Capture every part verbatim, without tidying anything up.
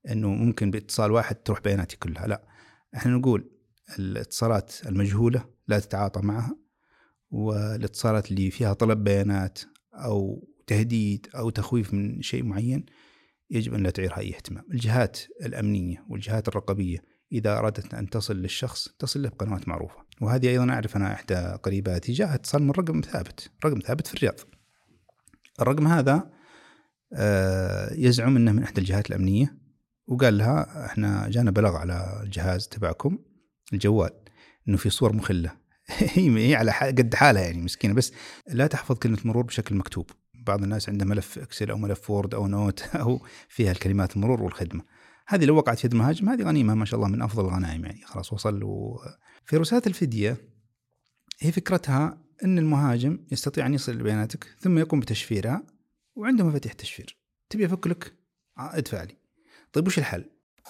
أنه ممكن باتصال واحد تروح بياناتي كلها، لا، إحنا نقول الاتصالات المجهولة لا تتعاطى معها، والاتصالات اللي فيها طلب بيانات أو تهديد أو تخويف من شيء معين يجب أن لا تعيرها أي اهتمام. الجهات الأمنية والجهات الرقابية إذا أرادت أن تصل للشخص تصل له بقنوات معروفة. وهذه أيضا أعرف أنا إحدى قريباتي جاء اتصال من رقم ثابت، رقم ثابت في الرياض. الرقم هذا يزعم أنه من إحدى الجهات الأمنية، وقال لها إحنا جانا بلغ على الجهاز تبعكم الجوال إنه في صور مخلة. هي على قد حالها يعني مسكينة، بس لا تحفظ كلمة مرور بشكل مكتوب. بعض الناس عنده ملف إكسل أو ملف وورد أو نوت أو فيها الكلمات المرور والخدمة. هذه لو وقعت في يد مهاجم هذه غنيمة ما شاء الله من أفضل الغنائم، يعني خلاص وصل. وفيروسات الفدية هي فكرتها أن المهاجم يستطيع أن يصل لبياناتك ثم يقوم بتشفيرها، وعنده مفاتيح تشفير. تبي أفك لك؟ ادفع لي. طيب وش الحل؟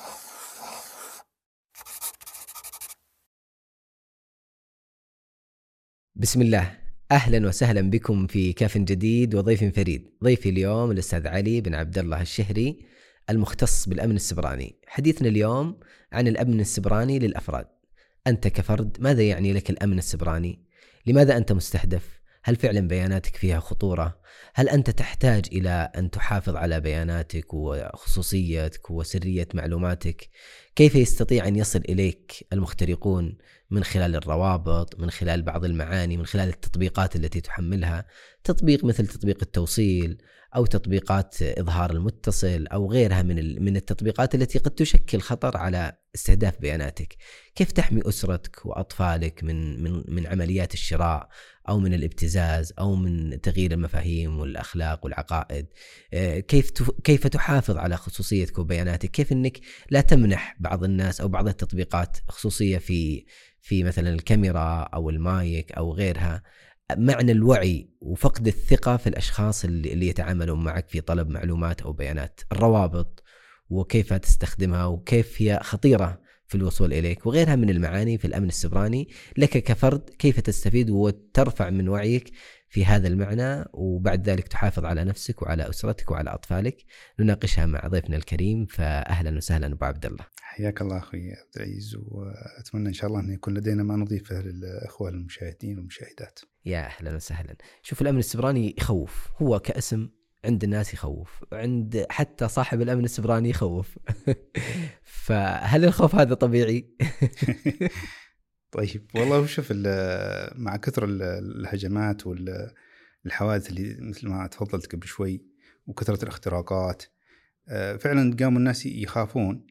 بسم الله، أهلا وسهلا بكم في كاف جديد وضيف فريد. ضيفي اليوم الأستاذ علي بن عبد الله الشهري المختص بالأمن السبراني. حديثنا اليوم عن الأمن السبراني للأفراد. أنت كفرد ماذا يعني لك الأمن السبراني؟ لماذا أنت مستهدف؟ هل فعلا بياناتك فيها خطورة؟ هل أنت تحتاج إلى أن تحافظ على بياناتك وخصوصيتك وسرية معلوماتك؟ كيف يستطيع أن يصل إليك المخترقون؟ من خلال الروابط، من خلال بعض المعاني، من خلال التطبيقات التي تحملها، تطبيق مثل تطبيق التوصيل أو تطبيقات إظهار المتصل أو غيرها من من التطبيقات التي قد تشكل خطر على استهداف بياناتك. كيف تحمي أسرتك وأطفالك من من من عمليات الشراء أو من الابتزاز أو من تغيير المفاهيم والأخلاق والعقائد؟ كيف كيف تحافظ على خصوصيتك وبياناتك؟ كيف إنك لا تمنح بعض الناس أو بعض التطبيقات خصوصية في في مثلا الكاميرا أو المايك أو غيرها؟ معنى الوعي وفقد الثقة في الأشخاص اللي, اللي يتعاملون معك في طلب معلومات أو بيانات. الروابط وكيف تستخدمها وكيف هي خطيرة في الوصول إليك، وغيرها من المعاني في الأمن السبراني لك كفرد. كيف تستفيد وترفع من وعيك في هذا المعنى، وبعد ذلك تحافظ على نفسك وعلى أسرتك وعلى أطفالك؟ نناقشها مع ضيفنا الكريم. فأهلا وسهلا أبو عبد الله. حياك الله أخوي عبد العزيز، وأتمنى إن شاء الله أن يكون لدينا ما نضيفه للأخوة المشاهدين والمشاهدات. يا أهلا وسهلا. شوف، الأمن السبراني يخوف، هو كاسم عند الناس يخوف، عند حتى صاحب الأمن السبراني يخوف. فهل الخوف هذا طبيعي؟ طيب والله شوف، مع كثر الهجمات والحوادث اللي مثل ما تفضلت قبل شوي وكثرة الاختراقات، فعلا قاموا الناس يخافون.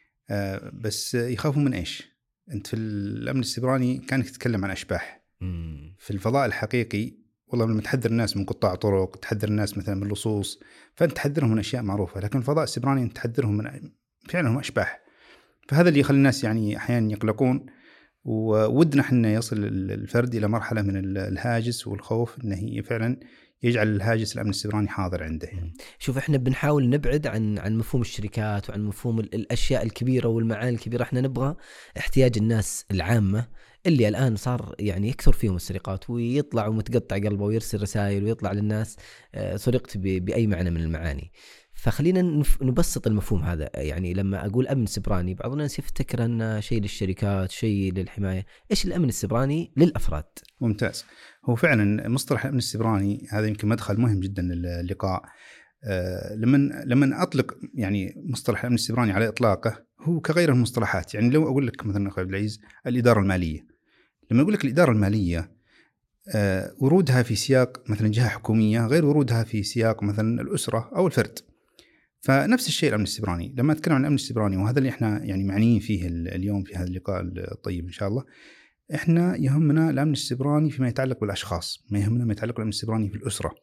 بس يخافون من إيش؟ أنت في الأمن السبراني كانك تتكلم عن أشباح. في الفضاء الحقيقي والله لما تحذر الناس من قطاع طرق، تحذر الناس مثلا من اللصوص، فأنت تحذرهم من أشياء معروفة. لكن الفضاء السبراني أنت تحذرهم من فعلا هم أشباح. فهذا اللي يخلي الناس يعني أحيانا يقلقون، وودنا حنا يصل الفرد إلى مرحلة من الهاجس والخوف أنه هي فعلا يجعل الهاجس الأمن السبراني حاضر عنده. شوف، احنا بنحاول نبعد عن عن مفهوم الشركات وعن مفهوم الأشياء الكبيرة والمعاني الكبيرة. احنا نبغى احتياج الناس العامة اللي الآن صار يعني يكثر فيهم السرقات، ويطلع ومتقطع قلبه ويرسل رسائل ويطلع للناس سرقت بأي معنى من المعاني. فخلينا نبسط المفهوم هذا. يعني لما أقول أمن سبراني بعض الناس يفتكر أنه شيء للشركات، شيء للحماية. إيش الأمن السبراني للأفراد؟ ممتاز. هو فعلا مصطلح الأمن السبراني هذا يمكن مدخل مهم جدا للقاء. أه لمن لمن أطلق يعني مصطلح الأمن السبراني على إطلاقه هو كغير المصطلحات. يعني لو أقول لك مثلا أخوي عبد العزيز الإدارة المالية، لما أقول لك الإدارة المالية أه ورودها في سياق مثلا جهة حكومية غير ورودها في سياق مثلا الأسرة أو الفرد. فنفس الشيء الأمن السبراني. لما أتكلم عن الأمن السبراني، وهذا اللي إحنا يعني معنيين فيه اليوم في هذا اللقاء الطيب إن شاء الله، إحنا يهمنا الأمن السبراني فيما يتعلق بالأشخاص، ما يهمنا ما يتعلق بالأمن السبراني في الأسرة.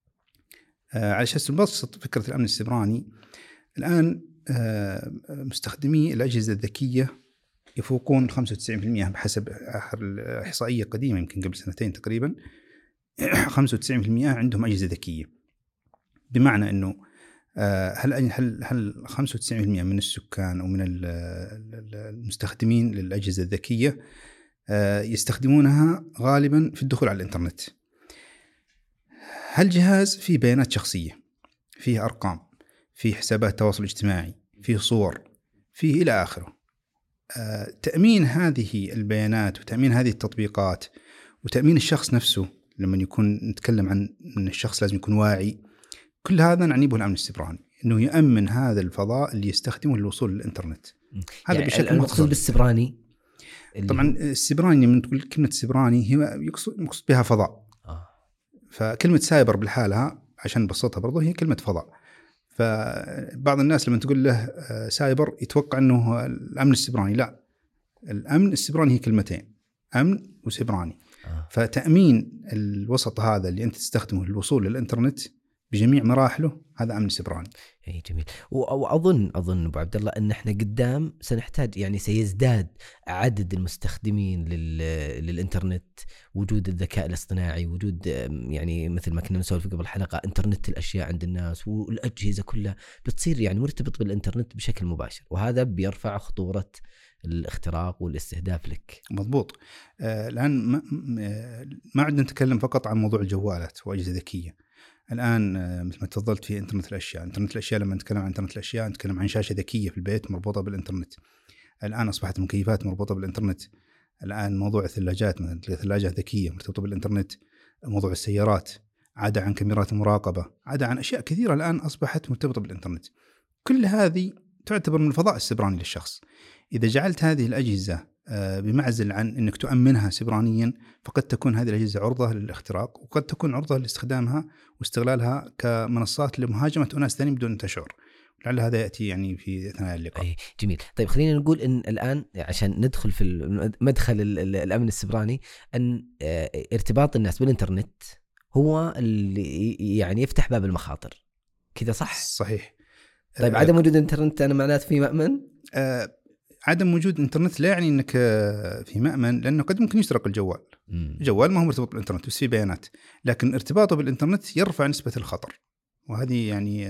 آه على أساس نبسط فكرة الأمن السبراني، الآن آه مستخدمي الأجهزة الذكية يفوقون خمسة وتسعين بالمئة بحسب آخر إحصائية قديمة يمكن قبل سنتين تقريبا. خمسة وتسعين بالمئة عندهم أجهزة ذكية، بمعنى أنه هل هل هل خمسة وتسعين بالمئة من السكان أو من المستخدمين للأجهزة الذكية يستخدمونها غالبا في الدخول على الإنترنت. هالجهاز فيه بيانات شخصية، فيه أرقام، فيه حسابات تواصل اجتماعي، فيه صور، فيه إلى آخره. آه، تأمين هذه البيانات وتأمين هذه التطبيقات وتأمين الشخص نفسه لما يكون نتكلم عن أن الشخص لازم يكون واعي، كل هذا نعني به الأمن السيبراني، أنه يأمن هذا الفضاء اللي يستخدمه للوصول للإنترنت. هذا يعني بشكل المقصود بالسيبراني. طبعا السيبراني من تقول كلمة السيبراني هي يقصد مقصود بها فضاء. آه. فكلمة سايبر بالحالها عشان نبسطها برضو هي كلمة فضاء. فبعض الناس لما تقول له سايبر يتوقع أنه الأمن السيبراني، لا، الأمن السيبراني هي كلمتين، أمن وسيبراني. آه. فتأمين الوسط هذا اللي أنت تستخدمه للوصول للإنترنت بجميع مراحله هذا أمن سيبراني. اي جميل. واظن اظن ابو عبد الله ان احنا قدام سنحتاج، يعني سيزداد عدد المستخدمين لل... للانترنت، وجود الذكاء الاصطناعي، وجود يعني مثل ما كنا نسولف قبل الحلقه انترنت الاشياء عند الناس، والاجهزه كلها بتصير يعني مرتبط بالانترنت بشكل مباشر، وهذا بيرفع خطوره الاختراق والاستهداف لك. مضبوط. آه الان ما, ما عدنا نتكلم فقط عن موضوع الجوالات واجهزه ذكيه. الآن مثل ما تفضلت في إنترنت الأشياء، إنترنت الأشياء لما نتكلم عن إنترنت الأشياء نتكلم عن شاشة ذكية في البيت مربوطة بالإنترنت. الآن أصبحت المكيفات مربوطة بالإنترنت. الآن موضوع الثلاجات، مثلا ثلاجة ذكية مرتبطة بالإنترنت. موضوع السيارات، عدا عن كاميرات المراقبة، عدا عن أشياء كثيرة الآن أصبحت مرتبطة بالإنترنت. كل هذه تعتبر من الفضاء السيبراني للشخص. إذا جعلت هذه الأجهزة بمعزل عن أنك تؤمنها سيبرانيا، فقد تكون هذه الأجهزة عرضة للاختراق، وقد تكون عرضة لاستخدامها واستغلالها كمنصات لمهاجمة أناس ثانيين بدون أن تشعر. لعل هذا يأتي يعني في أثناء اللقاء. أي جميل. طيب خلينا نقول إن الآن عشان ندخل في مدخل الأمن السيبراني، أن ارتباط الناس بالإنترنت هو اللي يعني يفتح باب المخاطر، كذا صح؟ صحيح. طيب عدم وجود إنترنت أنا معناته في مأمن؟ أه عدم وجود إنترنت لا يعني أنك في مأمن، لأنه قد ممكن يسرق الجوال. مم. الجوال ما هو مرتبط بالإنترنت بس في بيانات، لكن ارتباطه بالإنترنت يرفع نسبة الخطر. وهذه يعني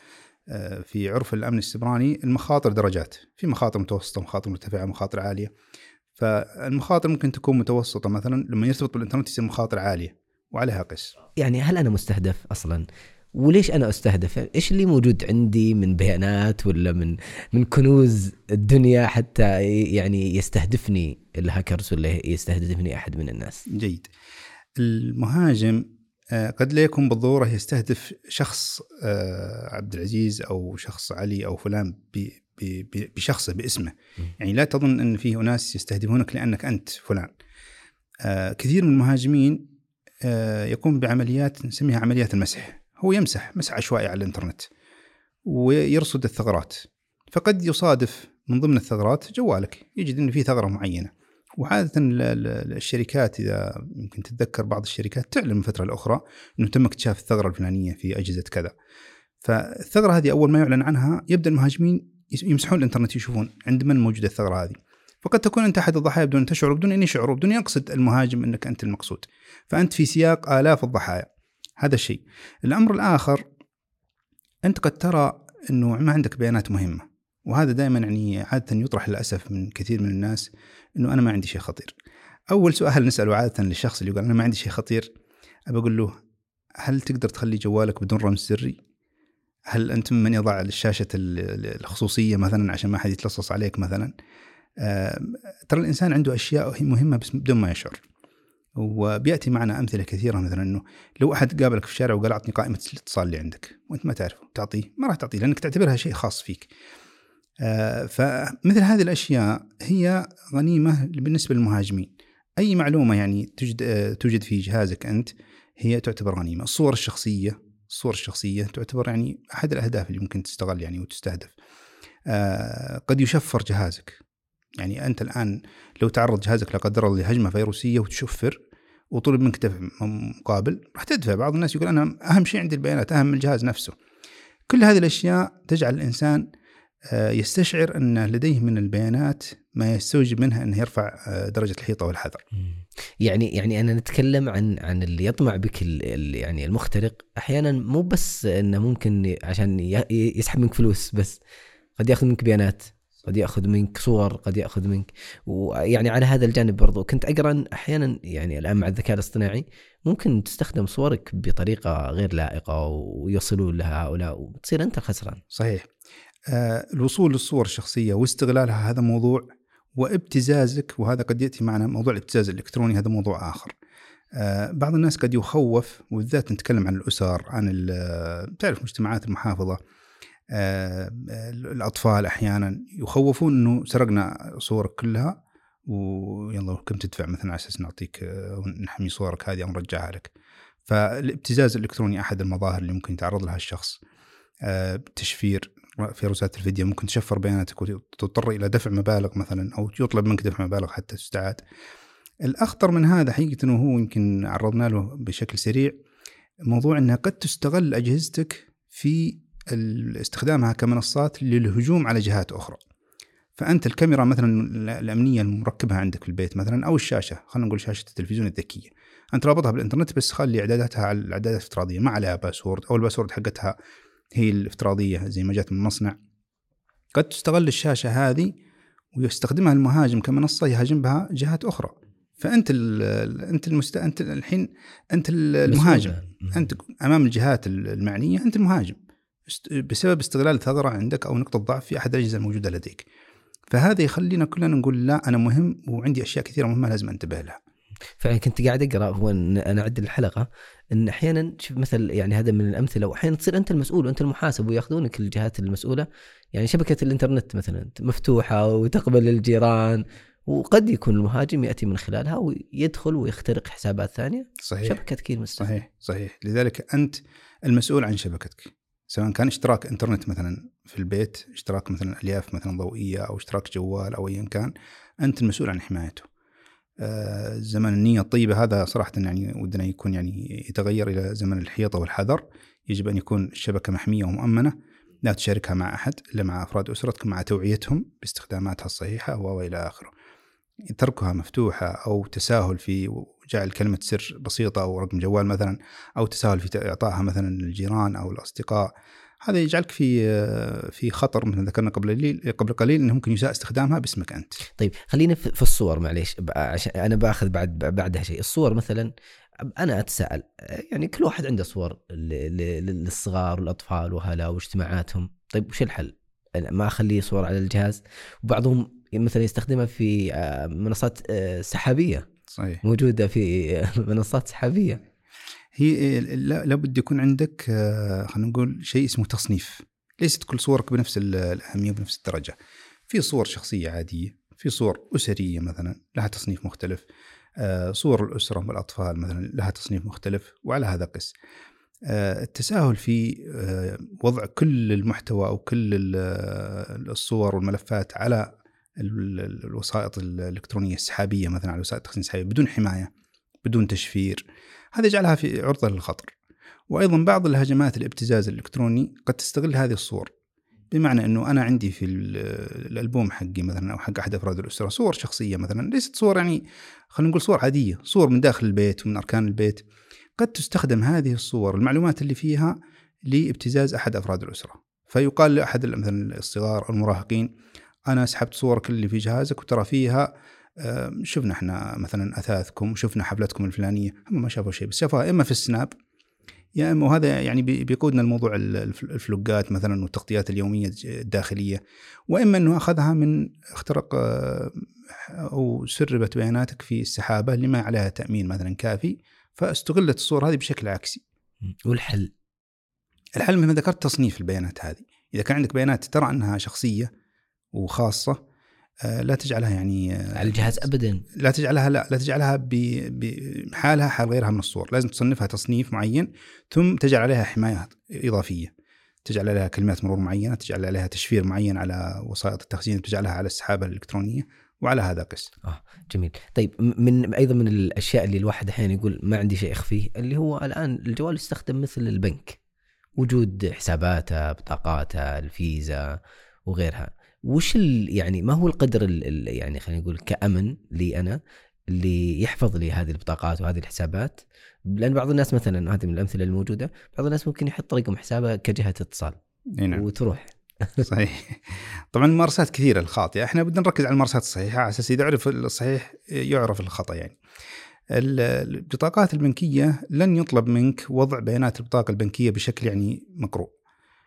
في عرف الأمن السيبراني المخاطر درجات، في مخاطر متوسطة، مخاطر مرتفعة، مخاطر عالية. فالمخاطر ممكن تكون متوسطة، مثلا لما يرتبط بالإنترنت يصير مخاطر عالية وعليها قس. يعني هل أنا مستهدف أصلاً؟ وليش أنا أستهدف؟ إيش اللي موجود عندي من بيانات ولا من من كنوز الدنيا حتى يعني يستهدفني الهاكرز ولا يستهدفني أحد من الناس؟ جيد. المهاجم قد لا يكون بالضرورة يستهدف شخص عبد العزيز أو شخص علي أو فلان بشخصه باسمه. يعني لا تظن أن فيه ناس يستهدفونك لأنك أنت فلان. كثير من المهاجمين يقوم بعمليات نسميها عمليات المسح. هو يمسح مسح عشوائي على الإنترنت ويرصد الثغرات، فقد يصادف من ضمن الثغرات جوالك، يجد أن فيه ثغرة معينة. وعادة الشركات إذا يمكن تتذكر بعض الشركات تعلن من فترة لأخرى أنه تم اكتشاف الثغرة الفلانية في أجهزة كذا. فالثغرة هذه أول ما يعلن عنها يبدأ المهاجمين يمسحون الإنترنت، يشوفون عند من موجودة الثغرة هذه. فقد تكون أنت أحد الضحايا بدون أن تشعر، بدون أن يشعر، بدون يقصد المهاجم أنك أنت المقصود، فأنت في سياق آلاف الضحايا. هذا الشيء. الأمر الآخر، أنت قد ترى أنه ما عندك بيانات مهمة، وهذا دائما يعني عادة يطرح للأسف من كثير من الناس أنه أنا ما عندي شيء خطير. أول سؤال نسأله عادة للشخص اللي يقول أنا ما عندي شيء خطير، أبى أقول له هل تقدر تخلي جوالك بدون رمز سري؟ هل أنت من يضع الشاشة الخصوصية مثلا عشان ما حد يتلصص عليك مثلا؟ آه، ترى الإنسان عنده أشياء مهمة بس بدون ما يشعر. وبيأتي معنا أمثلة كثيرة، مثلا أنه لو أحد قابلك في الشارع وقال أعطني قائمة الاتصال اللي عندك وأنت ما تعرفه، تعطيه؟ ما راح تعطيه لأنك تعتبرها شيء خاص فيك. آه، فمثل هذه الأشياء هي غنيمة بالنسبة للمهاجمين. أي معلومة يعني توجد, آه، توجد في جهازك أنت هي تعتبر غنيمة. الصور الشخصية الصور الشخصية تعتبر يعني أحد الأهداف اللي ممكن تستغل يعني وتستهدف. آه، قد يشفر جهازك. يعني أنت الآن لو تعرض جهازك لا قدر الله لهجمة فيروسية وتشفر وطلب منك دفع مقابل، راح تدفع. بعض الناس يقول أنا أهم شيء عندي البيانات، أهم من الجهاز نفسه. كل هذه الأشياء تجعل الإنسان يستشعر أن لديه من البيانات ما يستوجب منها أنه يرفع درجة الحيطة والحذر. يعني يعني أنا نتكلم عن عن اللي يطمع بك يعني المخترق. أحيانا مو بس إنه ممكن عشان يسحب منك فلوس، بس قد يأخذ منك بيانات، قد يأخذ منك صور، قد يأخذ منك. ويعني على هذا الجانب برضو كنت أقرأ أحيانا يعني الآن مع الذكاء الاصطناعي ممكن تستخدم صورك بطريقة غير لائقة ويصلوا لها هؤلاء وتصير أنت خسران. صحيح. آه الوصول للصور الشخصية واستغلالها هذا موضوع، وابتزازك، وهذا قد يأتي معنا موضوع الابتزاز الإلكتروني، هذا موضوع آخر. آه بعض الناس قد يخوف، وبالذات نتكلم عن الأسر، عن تعرف مجتمعات المحافظة، آه الأطفال أحيانا يخوفون أنه سرقنا صورك كلها ويلا كم تدفع مثلا على أساس نعطيك ونحمي صورك هذه أو نرجعها لك. فالابتزاز الإلكتروني أحد المظاهر اللي ممكن يتعرض لها الشخص. آه تشفير في رسالة الفيديو، ممكن تشفر بياناتك وتضطر إلى دفع مبالغ مثلا، أو يطلب منك دفع مبالغ حتى تستعاد. الأخطر من هذا حقيقة وهو يمكن عرضنا له بشكل سريع، موضوع أنها قد تستغل أجهزتك في استخدامها كمنصات للهجوم على جهات أخرى. فأنت الكاميرا مثلا الأمنية المركبها عندك في البيت مثلا، أو الشاشة، خلينا نقول شاشة التلفزيون الذكية، أنت رابطها بالإنترنت بس خلي إعداداتها على الإعدادات الافتراضية، ما عليها باسورد، أو الباسورد حقتها هي الافتراضية زي ما جات من المصنع. قد تستغل الشاشة هذه ويستخدمها المهاجم كمنصة يهاجم بها جهات أخرى. فأنت أنت المست أنت الحين أنت المهاجم، أنت أمام الجهات المعنية أنت المهاجم بسبب استغلال ثغرة عندك أو نقطة ضعف في أحد الأجهزة الموجودة لديك. فهذا يخلينا كلنا نقول لا، أنا مهم وعندي أشياء كثيرة مهمة لازم أنتبه لها. فعلا كنت قاعد أقرأ هو أنا أعد الحلقة إن أحيانا شوف مثل يعني هذا من الأمثلة، وأحيانا تصير أنت المسؤول وأنت المحاسب ويأخذونك الجهات المسؤولة. يعني شبكة الإنترنت مثلا مفتوحة وتقبل الجيران، وقد يكون المهاجم يأتي من خلالها ويدخل ويخترق حسابات ثانية. صحيح. شبكة كثير مستخدمة. صحيح صحيح. لذلك أنت المسؤول عن شبكتك، سواء كان اشتراك إنترنت مثلا في البيت، اشتراك مثلا ألياف مثلا ضوئية، أو اشتراك جوال أو أيا كان، أنت المسؤول عن حمايته. آه زمن النية الطيبة هذا صراحة يعني ودنا يكون يعني يتغير إلى زمن الحيطة والحذر. يجب أن يكون الشبكة محمية ومؤمنة، لا تشاركها مع أحد إلا مع أفراد أسرتك مع توعيتهم باستخداماتها الصحيحة وإلى آخره. تركها مفتوحة أو تساهل في جعل كلمة سر بسيطة أو رقم جوال مثلا، أو تساهل في إعطائها مثلا للجيران أو الأصدقاء، هذا يجعلك في في خطر مثل ذكرنا قبل قبل قليل أنه ممكن يساء استخدامها باسمك أنت. طيب خلينا في الصور معليش، عشان أنا بأخذ بعد بعدها شيء. الصور مثلا أنا أتساءل، يعني كل واحد عنده صور للصغار والأطفال وهلا واجتماعاتهم، طيب وش الحل؟ ما أخليه صور على الجهاز، وبعضهم مثلا يستخدمها في منصات سحابية. صحيح. موجودة في منصات سحابية. هي لابد يكون عندك خلينا نقول شيء اسمه تصنيف. ليست كل صورك بنفس الأهمية بنفس الدرجة. في صور شخصية عادية، في صور أسرية مثلا لها تصنيف مختلف، صور الأسرة والأطفال مثلا لها تصنيف مختلف، وعلى هذا قس. التساهل في وضع كل المحتوى أو كل الصور والملفات على الوسائط الإلكترونية السحابية مثلا، على وسائل التخزين السحابية بدون حماية بدون تشفير، هذا يجعلها في عرضة للخطر. وأيضا بعض الهجمات الابتزاز الإلكتروني قد تستغل هذه الصور، بمعنى أنه أنا عندي في الألبوم حقي مثلا أو حق أحد أفراد الأسرة صور شخصية مثلا، ليست صور يعني خلينا نقول صور عادية، صور من داخل البيت ومن أركان البيت، قد تستخدم هذه الصور المعلومات اللي فيها لابتزاز أحد أفراد الأسرة. فيقال لأحد مثلا الصغار أو المراهقين أنا سحبت صورك اللي في جهازك وترى فيها شفنا احنا مثلا أثاثكم وشفنا حفلتكم الفلانية. هم ما شافوا شيء، بس شافوها إما في السناب يا إما، وهذا يعني بيقودنا الموضوع الفلوقات مثلا والتغطيات اليومية الداخلية، وإما أنه أخذها من اخترق أو سربت بياناتك في السحابة اللي ما عليها تأمين مثلا كافي، فاستغلت الصور هذه بشكل عكسي. والحل الحل مثل ما ذكرت تصنيف البيانات هذه. إذا كان عندك بيانات ترى أنها شخصية وخاصة، لا تجعلها يعني على الجهاز أبدا، لا تجعلها لا لا تجعلها بحالها حال غيرها من الصور. لازم تصنفها تصنيف معين، ثم تجعل عليها حماية إضافية، تجعل عليها كلمات مرور معينة، تجعل عليها تشفير معين على وسائط التخزين، تجعلها على السحابة الإلكترونية، وعلى هذا قس. آه جميل. طيب من أيضا من الأشياء اللي الواحد أحيانا يقول ما عندي شيء أخفيه، اللي هو الآن الجوال يستخدم مثل البنك، وجود حساباته، بطاقاته، الفيزا وغيرها. وش يعني ما هو القدر يعني خلينا نقول كأمن لي أنا اللي يحفظ لي هذه البطاقات وهذه الحسابات؟ لأن بعض الناس مثلا، هذه من الأمثلة الموجودة، بعض الناس ممكن يحط رقم حسابه كجهة اتصال نعم. وتروح. صحيح. طبعا الممارسات كثيرة الخاطئة، احنا بدنا نركز على الممارسات الصحيحة على أساس إذا عرف الصحيح يعرف الخطأ. يعني البطاقات البنكية لن يطلب منك وضع بيانات البطاقة البنكية بشكل يعني مقروء.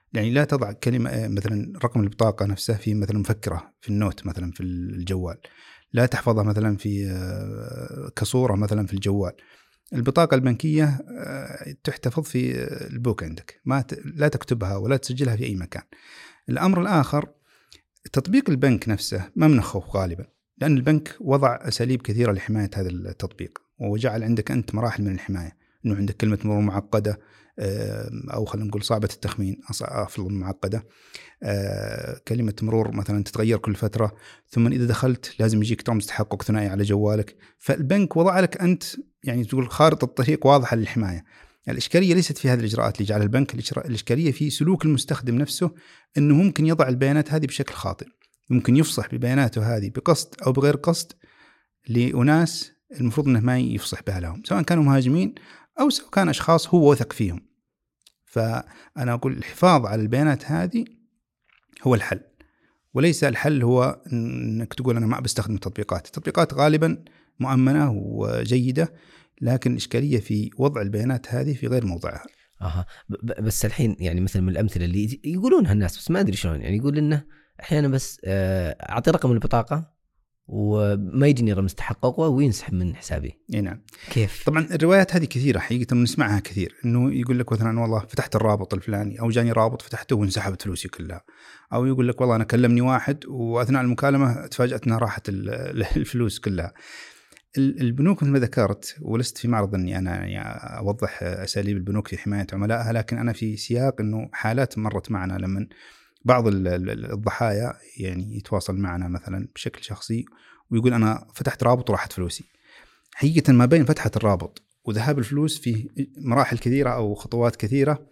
يعني لا تضع كلمة مثلا رقم البطاقة نفسه في مثلا مفكرة في النوت مثلا في الجوال، لا تحفظها مثلا في كصورة مثلا في الجوال. البطاقة البنكية تحتفظ في البوك عندك، ما ت... لا تكتبها ولا تسجلها في أي مكان. الأمر الآخر تطبيق البنك نفسه ما منخوف غالبا، لأن البنك وضع أساليب كثيرة لحماية هذا التطبيق، وجعل عندك أنت مراحل من الحماية، إنه عندك كلمة مرور معقدة أو خلينا نقول صعبة التخمين أفضل معقدة، كلمة مرور مثلا تتغير كل فترة، ثم إذا دخلت لازم يجيك رمز تحقق ثنائي على جوالك. فالبنك وضع لك أنت يعني تقول خارطة الطريق واضحة للحماية. الإشكالية ليست في هذه الإجراءات اللي جعلها البنك، الإشكالية في سلوك المستخدم نفسه، أنه ممكن يضع البيانات هذه بشكل خاطئ، ممكن يفصح ببياناته هذه بقصد أو بغير قصد لأناس المفروض أنه ما يفصح بها لهم، سواء كانوا مهاجمين أو سواء كان أشخاص هو وثق فيهم. فأنا أقول الحفاظ على البيانات هذه هو الحل، وليس الحل هو أنك تقول أنا ما بستخدم التطبيقات. التطبيقات غالبا مؤمنة وجيدة، لكن الإشكالية في وضع البيانات هذه في غير موضعها. أها بس الحين يعني مثل من الأمثلة اللي يقولونها الناس بس ما أدري شلون، يعني يقول إنه أحيانا بس أعطي رقم البطاقة وما يجيني رمز تحقق وينسحب من حسابي. اي نعم. كيف؟ طبعا الروايات هذه كثيرة حقيقة نسمعها كثير، انه يقول لك مثلا والله فتحت الرابط الفلاني، او جاني رابط فتحته وانسحبت فلوسي كلها، او يقول لك والله انا كلمني واحد واثناء المكالمة تفاجأت انها راحت الفلوس كلها. البنوك مثل ما ذكرت، ولست في معرض اني انا يعني اوضح اساليب البنوك في حماية عملائها، لكن انا في سياق انه حالات مرت معنا لما بعض الضحايا يعني يتواصل معنا مثلا بشكل شخصي ويقول أنا فتحت رابط وراحت فلوسي. حقيقة ما بين فتحة الرابط وذهاب الفلوس في مراحل كثيرة أو خطوات كثيرة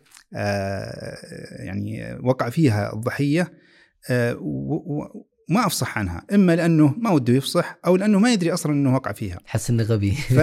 يعني وقع فيها الضحية وما أفصح عنها، إما لأنه ما وده يفصح أو لأنه ما يدري أصلا أنه وقع فيها، حس إنه غبي. ف...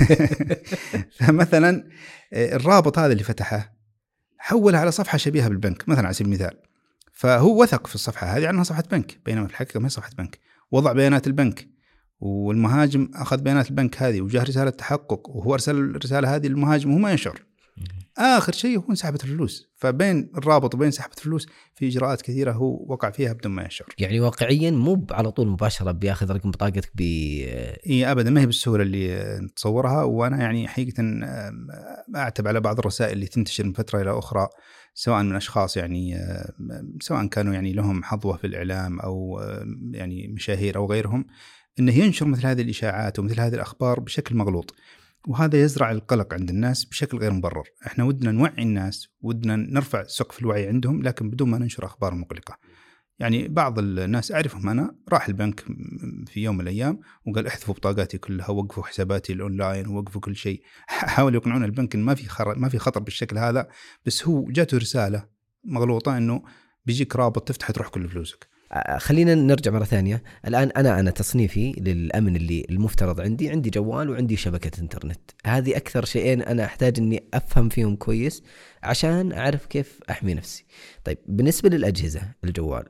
فمثلا الرابط هذا اللي فتحه حولها على صفحة شبيهة بالبنك مثلا على سبيل المثال، فهو وثق في الصفحة هذه عنها صفحة بنك، بينما في الحقيقة ما هي صفحة بنك. وضع بيانات البنك، والمهاجم أخذ بيانات البنك هذه وجاه رسالة تحقق، وهو أرسل الرسالة هذه للمهاجم وهو ما ينشر. آخر شيء هو انسحبت الفلوس. فبين الرابط وبين سحبت الفلوس في إجراءات كثيرة هو وقع فيها بدون ما ينشر. يعني واقعيا مو على طول مباشرة بياخذ رقم بطاقتك ب إيه أبدا، ما هي بالسهولة اللي نتصورها. وأنا يعني حقيقة أعتب على بعض الرسائل اللي تنتشر من فترة إلى أخرى، سواء من أشخاص يعني سواء كانوا يعني لهم حظوة في الإعلام أو يعني مشاهير أو غيرهم، إنه ينشر مثل هذه الإشاعات ومثل هذه الأخبار بشكل مغلوط، وهذا يزرع القلق عند الناس بشكل غير مبرر. إحنا ودنا نوعي الناس، ودنا نرفع سقف الوعي عندهم، لكن بدون ما ننشر أخبار مقلقة. يعني بعض الناس أعرفهم أنا راح البنك في يوم من الأيام وقال احذفوا بطاقاتي كلها، وقفوا حساباتي الأونلاين، ووقفوا كل شيء. حاولوا يقنعون البنك إن ما في خر... ما في خطر بالشكل هذا، بس هو جاته رسالة مغلوطة إنه بيجيك رابط تفتح تروح كل فلوسك. خلينا نرجع مرة ثانية. الآن أنا أنا تصنيفي للأمن اللي المفترض عندي عندي جوال وعندي شبكة إنترنت. هذه أكثر شيئين أنا أحتاج إني أفهم فيهم كويس عشان أعرف كيف أحمي نفسي. طيب بالنسبة للأجهزة الجوال،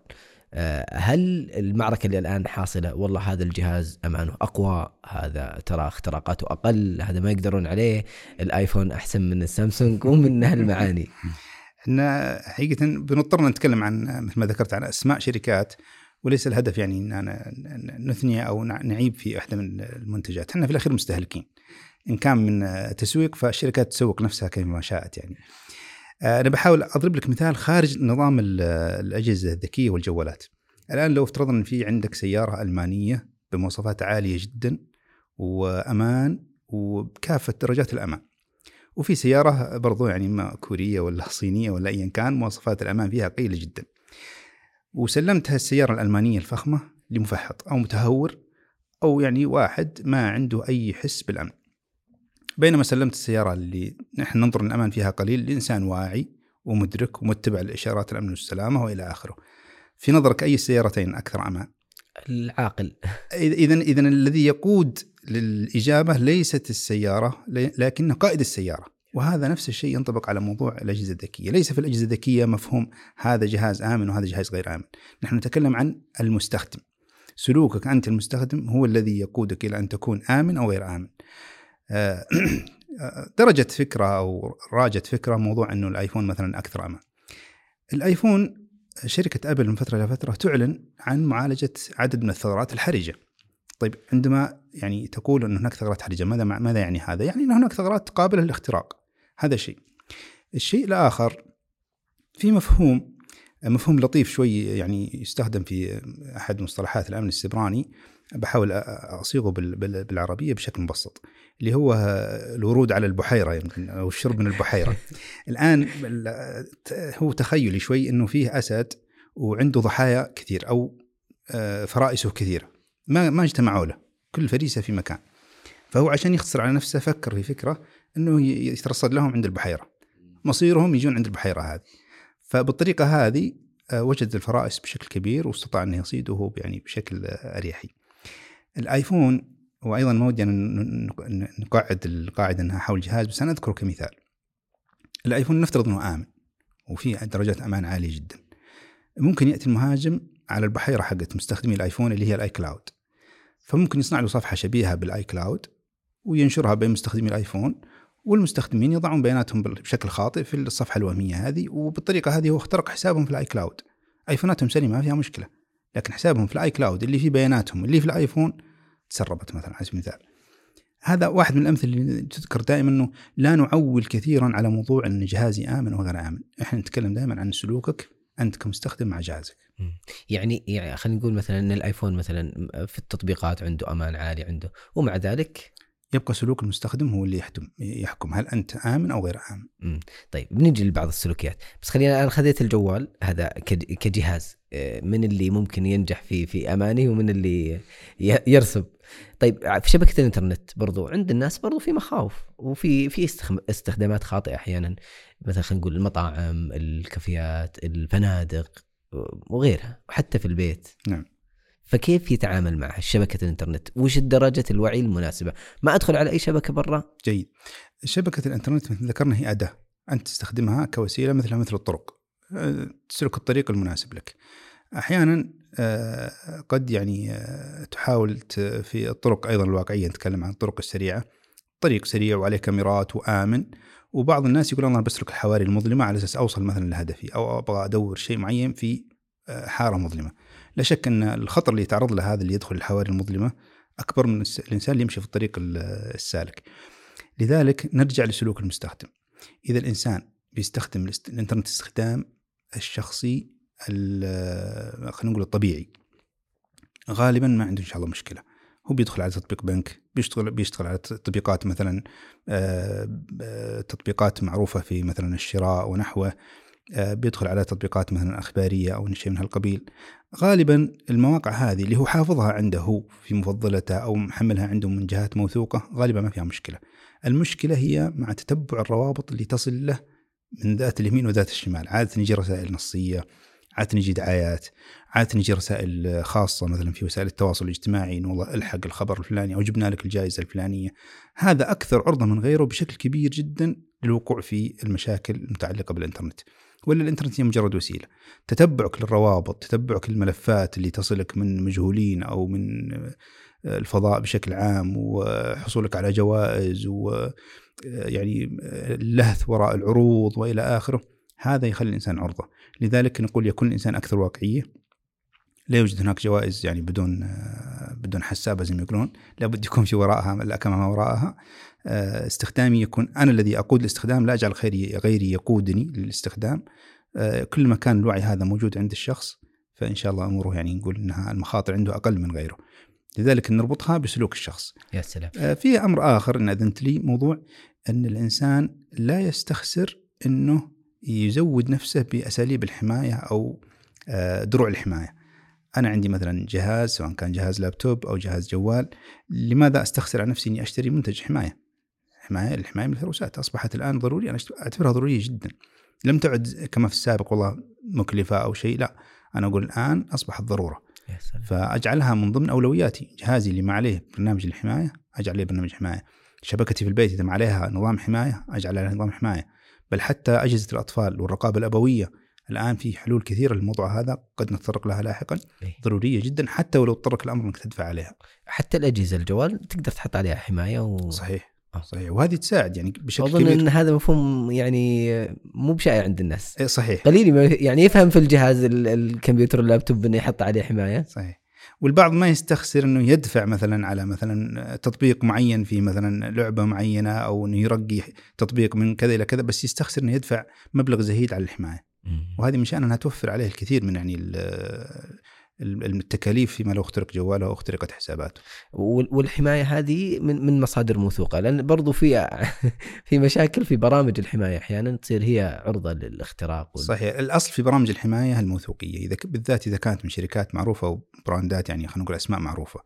هل المعركة اللي الآن حاصلة والله هذا الجهاز أمانه أقوى، هذا ترى اختراقاته أقل، هذا ما يقدرون عليه، الآيفون أحسن من السامسونج ومن هالمعاني؟ إحنا حقيقة بنضطر نتكلم عن مثل ما ذكرت عن أسماء شركات، وليس الهدف يعني أن نثني أو نعيب في إحدى من المنتجات. إحنا في الأخير مستهلكين، إن كان من تسويق فالشركات تسوق نفسها كما شاءت. يعني أنا بحاول أضرب لك مثال خارج نظام الأجهزة الذكية والجوالات. الآن لو افترضنا أن في عندك سيارة ألمانية بمواصفات عالية جدا وأمان وبكافة درجات الأمان، وفي سيارة برضو يعني ما كورية ولا صينية ولا أيا كان مواصفات الأمان فيها قليلة جدا، وسلمتها السيارة الألمانية الفخمة لمفحط أو متهور أو يعني واحد ما عنده أي حس بالأمن، بينما سلمت السيارة اللي نحن ننظر أن الأمان فيها قليل لإنسان واعي ومدرك ومتبع لإشارات الأمن والسلامة وإلى آخره. في نظرك أي السيارتين أكثر أمان؟ العاقل. إذن إذن الذي يقود للإجابة ليست السيارة لكن قائد السيارة. وهذا نفس الشيء ينطبق على موضوع الأجهزة الذكية. ليس في الأجهزة الذكية مفهوم هذا جهاز آمن وهذا جهاز غير آمن، نحن نتكلم عن المستخدم. سلوكك أنت المستخدم هو الذي يقودك إلى أن تكون آمن أو غير آمن. درجة فكرة أو راجت فكرة موضوع أنه الآيفون مثلا أكثر أمان. الآيفون شركة أبل من فترة إلى فترة تعلن عن معالجة عدد من الثغرات الحرجة. طيب عندما يعني تقول أن هناك ثغرات حرجة، ماذا ماذا يعني هذا؟ يعني أن هناك ثغرات قابلة للاختراق، هذا شيء. الشيء الآخر في مفهوم مفهوم لطيف شوي يعني يستخدم في أحد مصطلحات الأمن السيبراني، بحاول أصيغه بالعربية بشكل مبسط، اللي هو الورود على البحيرة يمكن أو الشرب من البحيرة. الآن هو تخيلي شوي إنه فيه أسد وعنده ضحايا كثير أو فرائسه كثيرة، ما ما اجتمعوا له، كل فريسة في مكان، فهو عشان يختصر على نفسه فكر في فكرة إنه يترصد لهم عند البحيرة، مصيرهم يجون عند البحيرة هذه. فبالطريقة هذه وجد الفرائس بشكل كبير واستطاع أن يصيده يعني بشكل أريحي. الآيفون وأيضا ما ودي أن نقعد القاعدة أنها حول جهاز، بس أنا أذكره كمثال. الآيفون نفترض أنه آمن وفيه درجات أمان عالية جدا. ممكن يأتي المهاجم على البحيرة حقت مستخدمي الآيفون اللي هي الآي كلاود، فممكن يصنع له صفحة شبيهة بالآي كلاود وينشرها بين مستخدمي الآيفون، والمستخدمين يضعون بياناتهم بشكل خاطئ في الصفحة الوهمية هذه، وبالطريقة هذه هو اخترق حسابهم في الآي كلاود. آيفوناتهم سليمة ما فيها مشكلة، لكن حسابهم في الآي كلاود اللي فيه بياناتهم اللي في الآيفون تسربت مثلا على سبيل المثال. هذا واحد من الأمثلة اللي تذكر دائما، أنه لا نعول كثيرا على موضوع أن جهازي آمن وغير آمن. إحنا نتكلم دائما عن سلوكك أنت كمستخدم مع جهازك. يعني يعني خلينا نقول مثلا أن الآيفون مثلا في التطبيقات عنده أمان عالي عنده، ومع ذلك يبقى سلوك المستخدم هو اللي يحكم يحكم هل أنت آمن أو غير آمن. مم. طيب بنيجي لبعض السلوكيات، بس خلينا أنا خذيت الجوال هذا كجهاز، من اللي ممكن ينجح في في أمانه ومن اللي يرسب. طيب في شبكة الإنترنت برضو عند الناس برضو في مخاوف وفي في استخدامات خاطئة أحيانا، مثلا خلينا نقول المطاعم، الكافيات، الفنادق وغيرها، وحتى في البيت. نعم. فكيف يتعامل مع شبكة الإنترنت؟ وش درجة الوعي المناسبة؟ ما أدخل على أي شبكة برا. جيد. شبكة الإنترنت مثل ذكرنا هي أداة أنت تستخدمها كوسيلة مثل مثل الطرق، تسلك الطريق المناسب لك. أحيانا قد يعني تحاول في الطرق أيضا الواقعية، نتكلم عن الطرق السريعة، طريق سريع وعليه كاميرات وآمن، وبعض الناس يقول أنا بسلك الحواري المظلمة على أساس أوصل مثلا لهدفي أو أبغى أدور شيء معين في حارة مظلمة. لا شك أن الخطر اللي يتعرض له هذا اللي يدخل الحواري المظلمة أكبر من الإنسان اللي يمشي في الطريق السالك. لذلك نرجع لسلوك المستخدم. إذا الإنسان بيستخدم الإنترنت استخدام الشخصي خلينا نقول الطبيعي، غالبا ما عنده إن شاء الله مشكلة. هو بيدخل على تطبيق بنك، بيشتغل بيشتغل على تطبيقات مثلا تطبيقات معروفة في مثلا الشراء ونحوه، بيدخل على تطبيقات مثلا أخبارية أو شيء من هالقبيل. غالبا المواقع هذه اللي هو حافظها عنده هو في مفضلته أو محملها عنده من جهات موثوقة غالبا ما فيها مشكلة. المشكلة هي مع تتبع الروابط اللي تصل له من ذات اليمين وذات الشمال. عادة يجي رسائل نصية، عادة يجي دعايات، عادة يجي رسائل خاصة مثلا في وسائل التواصل الاجتماعي إنه والله الحق الخبر الفلاني أو جبنا لك الجائزة الفلانية. هذا أكثر عرضة من غيره بشكل كبير جدا للوقوع في المشاكل المتعلقة بالإنترنت. ولا الإنترنت هي مجرد وسيلة. تتبعك للروابط، تتبعك للملفات اللي تصلك من مجهولين أو من الفضاء بشكل عام، وحصولك على جوائز ويعني اللهث وراء العروض وإلى آخره، هذا يخلي الإنسان عرضة. لذلك نقول يكون الإنسان أكثر واقعية. لا يوجد هناك جوائز يعني بدون بدون حسابة زي ما يقولون، لابد يكون في وراءها الأكمة ما وراءها. استخدامي يكون أنا الذي أقود الاستخدام، لا أجعل غيري غيري يقودني للاستخدام. كل ما كان الوعي هذا موجود عند الشخص فإن شاء الله أموره يعني نقول إنها المخاطر عنده أقل من غيره. لذلك نربطها بسلوك الشخص. يا سلام. في أمر آخر إن أذنت لي، موضوع أن الإنسان لا يستخسر إنه يزود نفسه بأساليب الحماية أو دروع الحماية. أنا عندي مثلا جهاز، سواء كان جهاز لابتوب أو جهاز جوال، لماذا أستخسر على نفسي إني أشتري منتج حماية؟ حماية الحماية من الفيروسات أصبحت الآن ضرورية، أنا أعتبرها ضرورية جدا. لم تعد كما في السابق والله مكلفة أو شيء، لا، أنا أقول الآن أصبحت ضرورة. فأجعلها من ضمن أولوياتي. جهازي اللي ما عليه برنامج الحماية أجعل عليه برنامج حماية. شبكتي في البيت إذا ما عليها نظام حماية أجعل عليها نظام حماية. بل حتى أجهزة الأطفال والرقابة الأبوية الآن في حلول كثيرة للموضوع هذا، قد نتطرق لها لاحقا. ضرورية جدا حتى ولو اضطرك الأمر أنك تدفع عليها. حتى الأجهزة الجوال تقدر تحط عليها حماية و... صحيح. صحيح. وهذه تساعد يعني بشكل أظن كبير. أن هذا مفهوم يعني مو بشائع عند الناس. صحيح. قليل يعني يفهم في الجهاز الكمبيوتر اللابتوب أنه يحط عليه حماية. صحيح. والبعض ما يستخسر أنه يدفع مثلا على مثلا تطبيق معين في مثلا لعبة معينة، أو أنه يرقي تطبيق من كذا إلى كذا، بس يستخسر أنه يدفع مبلغ زهيد على الحماية. وهذه من شأنها أنها توفر عليه الكثير من يعني التكاليف فيما لو اخترق جواله أو اخترقت حساباته. والحماية هذه من من مصادر موثوقة، لأن برضو في في مشاكل في برامج الحماية أحيانا تصير هي عرضة للاختراق. وال... صحيح. الأصل في برامج الحماية الموثوقية، إذا بالذات إذا كانت من شركات معروفة أو براندات، يعني خلينا نقول أسماء معروفة.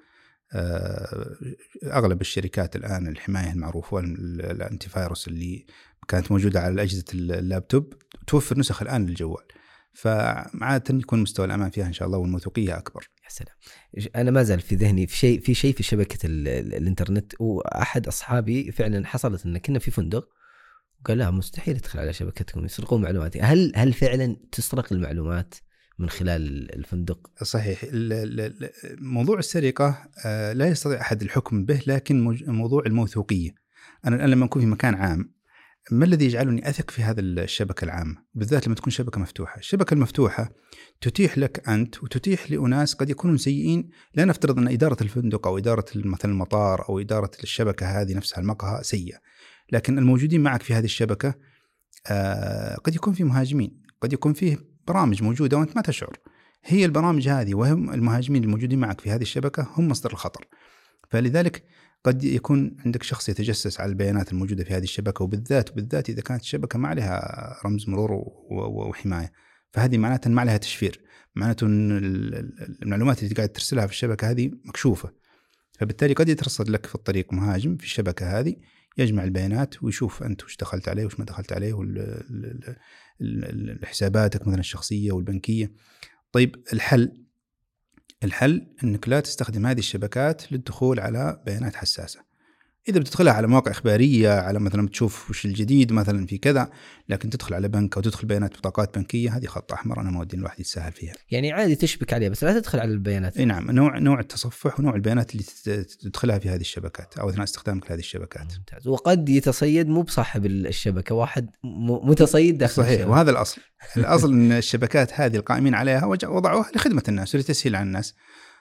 أغلب الشركات الآن الحماية المعروفة والأنتي فايروس اللي كانت موجودة على أجهزة اللابتوب توفر نسخ الآن للجوال، فعادة يكون مستوى الأمان فيها إن شاء الله والموثوقية أكبر. يا سلام. أنا ما زال في ذهني في شيء في شيء في شبكة الإنترنت، وأحد أصحابي فعلا حصلت إن كنا في فندق وقال لا مستحيل يدخل على شبكتكم يسرقون معلوماتي. هل هل فعلا تسرق المعلومات من خلال الفندق؟ صحيح. موضوع السرقة لا يستطيع أحد الحكم به، لكن موضوع الموثوقية، أنا الآن لما أكون في مكان عام ما الذي يجعلني أثق في هذا الشبكة العامة، بالذات لما تكون شبكة مفتوحة؟ الشبكة المفتوحة تتيح لك أنت وتتيح لأناس قد يكونون سيئين. لا نفترض أن إدارة الفندق أو إدارة مثلا المطار أو إدارة الشبكة هذه نفسها المقهى سيئة، لكن الموجودين معك في هذه الشبكة آه قد يكون في مهاجمين، قد يكون فيه برامج موجودة وأنت ما تشعر. هي البرامج هذه وهم المهاجمين الموجودين معك في هذه الشبكة هم مصدر الخطر. فلذلك قد يكون عندك شخص يتجسس على البيانات الموجودة في هذه الشبكة، وبالذات بالذات إذا كانت الشبكة ما عليها رمز مرور وحماية، فهذه معناتها ما عليها تشفير، معناته أن المعلومات اللي قاعد ترسلها في الشبكة هذه مكشوفة. فبالتالي قد يترصد لك في الطريق مهاجم في الشبكة هذه يجمع البيانات ويشوف أنت وش دخلت عليه وش ما دخلت عليه، والحساباتك مثلا الشخصية والبنكية. طيب الحل الحل أنك لا تستخدم هذه الشبكات للدخول على بيانات حساسة. إذا بتدخلها على مواقع إخبارية، على مثلا بتشوف وش الجديد مثلا في كذا، لكن تدخل على بنك أو تدخل بيانات بطاقات بنكية، هذه خط أحمر أنا ما ودي الواحد يتساهل فيها. يعني عادي تشبك عليها بس لا تدخل على البيانات. إيه نعم. نوع نوع التصفح ونوع البيانات اللي تدخلها في هذه الشبكات أو أثناء استخدامك لهذه الشبكات. ممتاز. وقد يتصيد مو بصاحب الشبكة، واحد متصيد داخل صحيح. الشبكة. وهذا الأصل. الأصل أن الشبكات هذه القائمين عليها وضعوها لخدمة الناس ولتسهيل على الناس،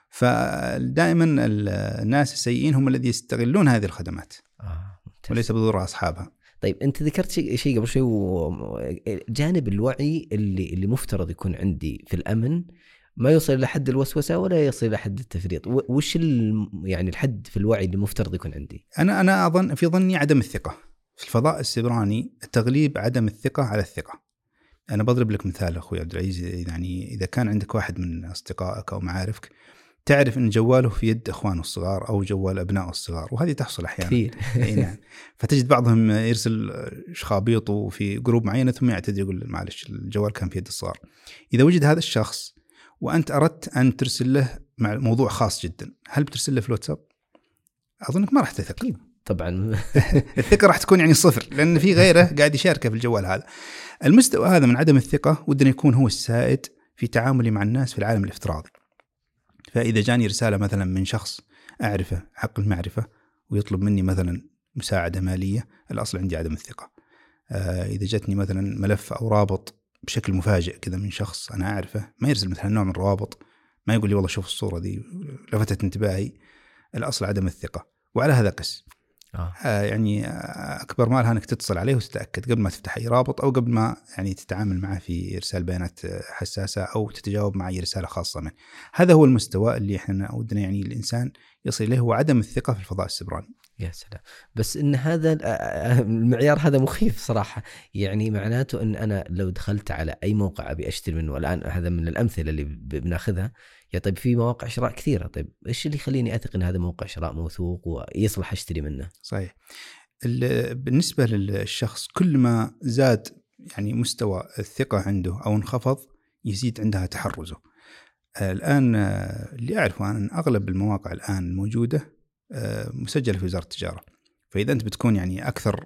فدائما الناس السيئين هم الذين يستغلون هذه الخدمات آه. وليس بضرها أصحابها. طيب أنت ذكرت شيء شيء قبل شوي، جانب الوعي اللي اللي مفترض يكون عندي في الأمن ما يوصل لحد الوسوسة ولا يصل لحد التفريط. وش يعني الحد في الوعي اللي مفترض يكون عندي؟ أنا أنا أظن في ظني عدم الثقة في الفضاء السيبراني، تغليب عدم الثقة على الثقة. أنا بضرب لك مثال أخوي عبد العزيز، يعني إذا كان عندك واحد من أصدقائك أو معارفك تعرف أن جواله في يد أخوانه الصغار أو جوال أبنائه الصغار، وهذه تحصل أحيانا كثير. نعم. فتجد بعضهم يرسل شخابيطه في جروب معينة ثم يعتذر يقول معلش الجوال كان في يد الصغار. إذا وجد هذا الشخص وأنت أردت أن ترسل له مع موضوع خاص جدا، هل بترسل له في الواتساب؟ أظنك ما راح تثق طبعا. الثقة راح تكون يعني صفر، لأن في غيره قاعد يشاركه في الجوال هذا. المستوى هذا من عدم الثقة ودنا يكون هو السائد في تعاملي مع الناس في العالم الافتراضي. فإذا جاني رسالة مثلا من شخص أعرفه حق المعرفة ويطلب مني مثلا مساعدة مالية، الأصل عندي عدم الثقة. آه إذا جتني مثلا ملف أو رابط بشكل مفاجئ كذا من شخص أنا أعرفه، ما يرسل مثلا نوع من الروابط، ما يقول لي والله شوف الصورة دي لفتت انتباهي، الأصل عدم الثقة. وعلى هذا قس آه. آه يعني أكبر مالها أنك تتصل عليه وتتأكد قبل ما تفتح أي رابط أو قبل ما يعني تتعامل معه في إرسال بيانات حساسة أو تتجاوب مع أي رسالة خاصة منه. هذا هو المستوى اللي إحنا ودنا يعني الإنسان يصل إليه، هو عدم الثقة في الفضاء السيبراني. يا سلام. بس إن هذا المعيار هذا مخيف صراحة، يعني معناته إن أنا لو دخلت على أي موقع أبي أشتري منه، والآن هذا من الأمثلة اللي بناخذها، يا طيب في مواقع شراء كثيرة، طيب إيش اللي يخليني أثق إن هذا موقع شراء موثوق ويصلح أشتري منه؟ صحيح. بالنسبة للشخص كل ما زاد يعني مستوى الثقة عنده أو انخفض يزيد عندها تحرزه. الآن اللي أعرفه أن أغلب المواقع الآن الموجودة مسجلة في وزارة التجارة، فإذا أنت بتكون يعني أكثر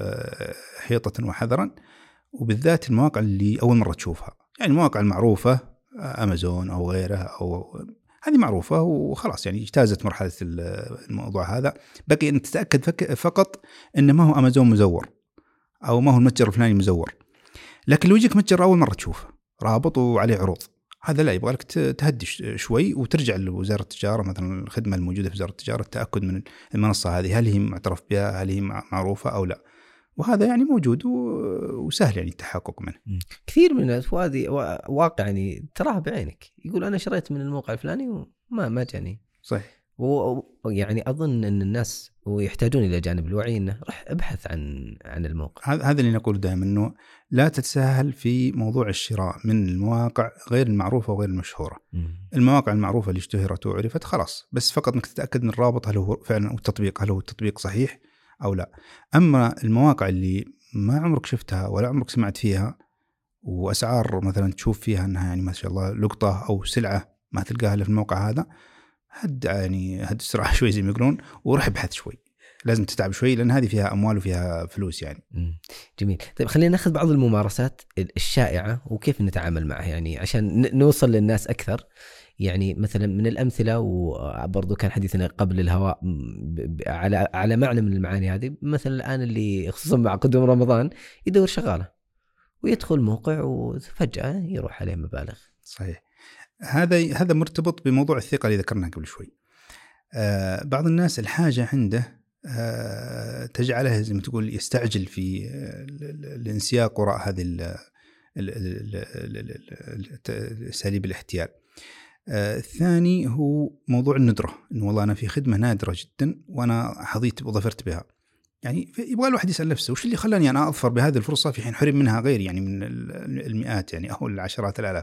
حيطة وحذرا، وبالذات المواقع اللي أول مرة تشوفها، يعني المواقع المعروفة أمازون أو غيرها أو هذه معروفة وخلاص، يعني اجتازت مرحلة الموضوع هذا. بقي أن تتأكد فقط أنه ما هو أمازون مزور أو ما هو المتجر الفلاني مزور. لكن لو يجيك متجر أول مرة تشوفه رابط وعليه عروض، هذا لا، يبغى لك تهدي شوي وترجع لوزارة التجارة مثلا، الخدمة الموجودة في وزارة التجارة، التأكد من المنصة هذه هل هي معترف بها، هل هي معروفة أو لا. وهذا يعني موجود وسهل يعني التحقق منه. كثير من الناس وهذه واقع يعني تراها بعينك، يقول أنا شريت من الموقع الفلاني وما ما جاني. صحيح. ويعني أظن أن الناس ويحتاجون إلى جانب الوعي أنه رح ابحث عن عن الموقع. هذا هذا اللي نقول دائما، أنه لا تتساهل في موضوع الشراء من المواقع غير المعروفة وغير المشهورة. م. المواقع المعروفة اللي اشتهرت وعرفت خلاص، بس فقط أنك تتأكد من الرابط هل هو فعلا التطبيق هل هو التطبيق صحيح أو لا. أما المواقع اللي ما عمرك شفتها ولا عمرك سمعت فيها، وأسعار مثلا تشوف فيها أنها يعني ما شاء الله لقطة أو سلعة ما تلقاها إلا في الموقع هذا، هد يعني هد السرعة شوي زي ما يقولون، وروح ابحث شوي، لازم تتعب شوي لأن هذه فيها أموال وفيها فلوس يعني. جميل. طيب خلينا ناخذ بعض الممارسات الشائعة وكيف نتعامل معها يعني عشان نوصل للناس أكثر. يعني مثلا من الأمثلة، وبرضو كان حديثنا قبل الهواء على على معنى من المعاني هذه، مثلا الآن اللي خصوصا مع قدوم رمضان يدور شغالة ويدخل موقع وفجأة يروح عليه مبالغ. صحيح. هذا هذا مرتبط بموضوع الثقة اللي ذكرناه قبل شوي. آه بعض الناس الحاجة عنده آه تجعله زي ما تقول يستعجل في الانسياق وراء هذه الأساليب الاحتيال. آه الثاني هو موضوع الندرة، إنه والله أنا في خدمة نادرة جدا وأنا حظيت وظفرت بها. يعني يبغى الواحد يسأل نفسه وش اللي خلاني أنا أظفر بهذه الفرصة في حين حرم منها غيري يعني من المئات يعني أو العشرات الآلاف.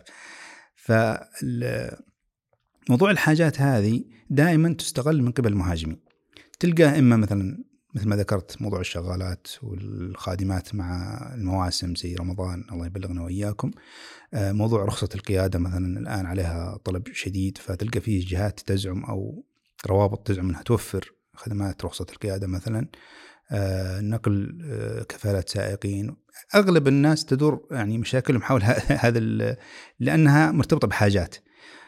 فموضوع الحاجات هذه دائما تستغل من قبل المهاجمين. تلقاه إما مثلا مثل ما ذكرت موضوع الشغالات والخادمات مع المواسم زي رمضان الله يبلغنا وإياكم، موضوع رخصة القيادة مثلا الآن عليها طلب شديد، فتلقى فيه جهات تزعم أو روابط تزعم أنها توفر خدمات رخصة القيادة مثلا، نقل كفالات سائقين. أغلب الناس تدور يعني مشاكلهم حول هذا لأنها مرتبطة بحاجات.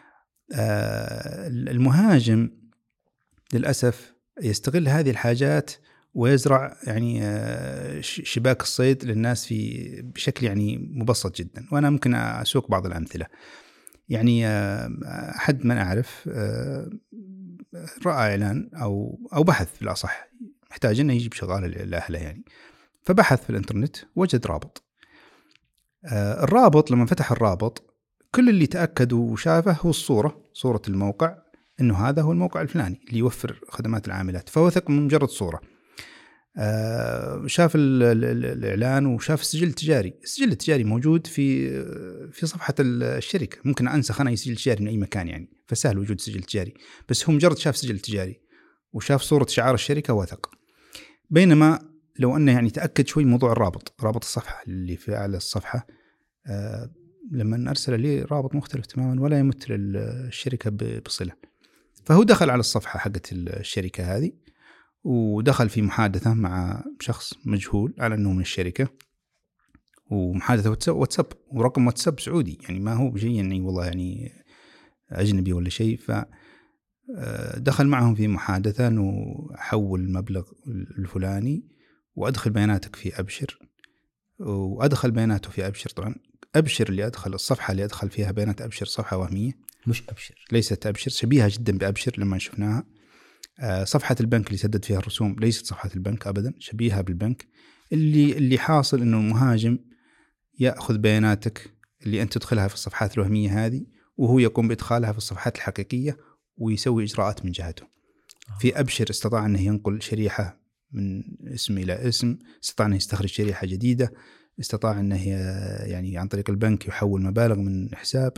المهاجم للأسف يستغل هذه الحاجات ويزرع يعني شباك الصيد للناس في بشكل يعني مبسط جدا. وأنا ممكن أسوق بعض الأمثلة. يعني أحد من أعرف رأى إعلان أو أو بحث بالأصح محتاج إنه يجيب شغالة لأهله يعني، فبحث في الإنترنت وجد رابط. الرابط لما فتح الرابط كل اللي تأكد وشافه هو الصورة، صورة الموقع، إنه هذا هو الموقع الفلاني اللي يوفر خدمات العاملات، فوثق من مجرد صورة. شاف الإعلان وشاف السجل التجاري. السجل التجاري موجود في في صفحة الشركة، ممكن أنسخ أنا سجل تجاري من أي مكان يعني، فسهل وجود سجل تجاري، بس هو مجرد شاف سجل تجاري وشاف صورة شعار الشركة وثق. بينما لو أنه يعني تأكد شوي موضوع الرابط، رابط الصفحة اللي في أعلى الصفحة، آه لما أرسل لي رابط مختلف تماما ولا يمت للشركة بصلة. فهو دخل على الصفحة حقت الشركة هذه ودخل في محادثة مع شخص مجهول على أنه من الشركة، ومحادثة واتساب ورقم واتساب سعودي، يعني ما هو بشيء يعني والله يعني أجنبي ولا شيء. فدخل معهم في محادثة أنه حول المبلغ الفلاني وأدخل بياناتك في أبشر، وأدخل بياناته في أبشر. طبعا أبشر اللي أدخل الصفحة اللي أدخل فيها بيانات أبشر صفحة وهمية، مش أبشر، ليست أبشر، شبيهة جدا بأبشر لما شفناها. صفحة البنك اللي سدد فيها الرسوم ليست صفحة البنك أبدا، شبيهة بالبنك. اللي اللي حاصل إنه المهاجم يأخذ بياناتك اللي أنت تدخلها في الصفحات الوهمية هذه، وهو يقوم بإدخالها في الصفحات الحقيقية ويسوي إجراءات من جهته. في أبشر استطاع أنه ينقل شريحة من اسم إلى اسم، استطاع أنه يستخرج شريحة جديدة، استطاع أنه يعني عن طريق البنك يحول مبالغ من حساب،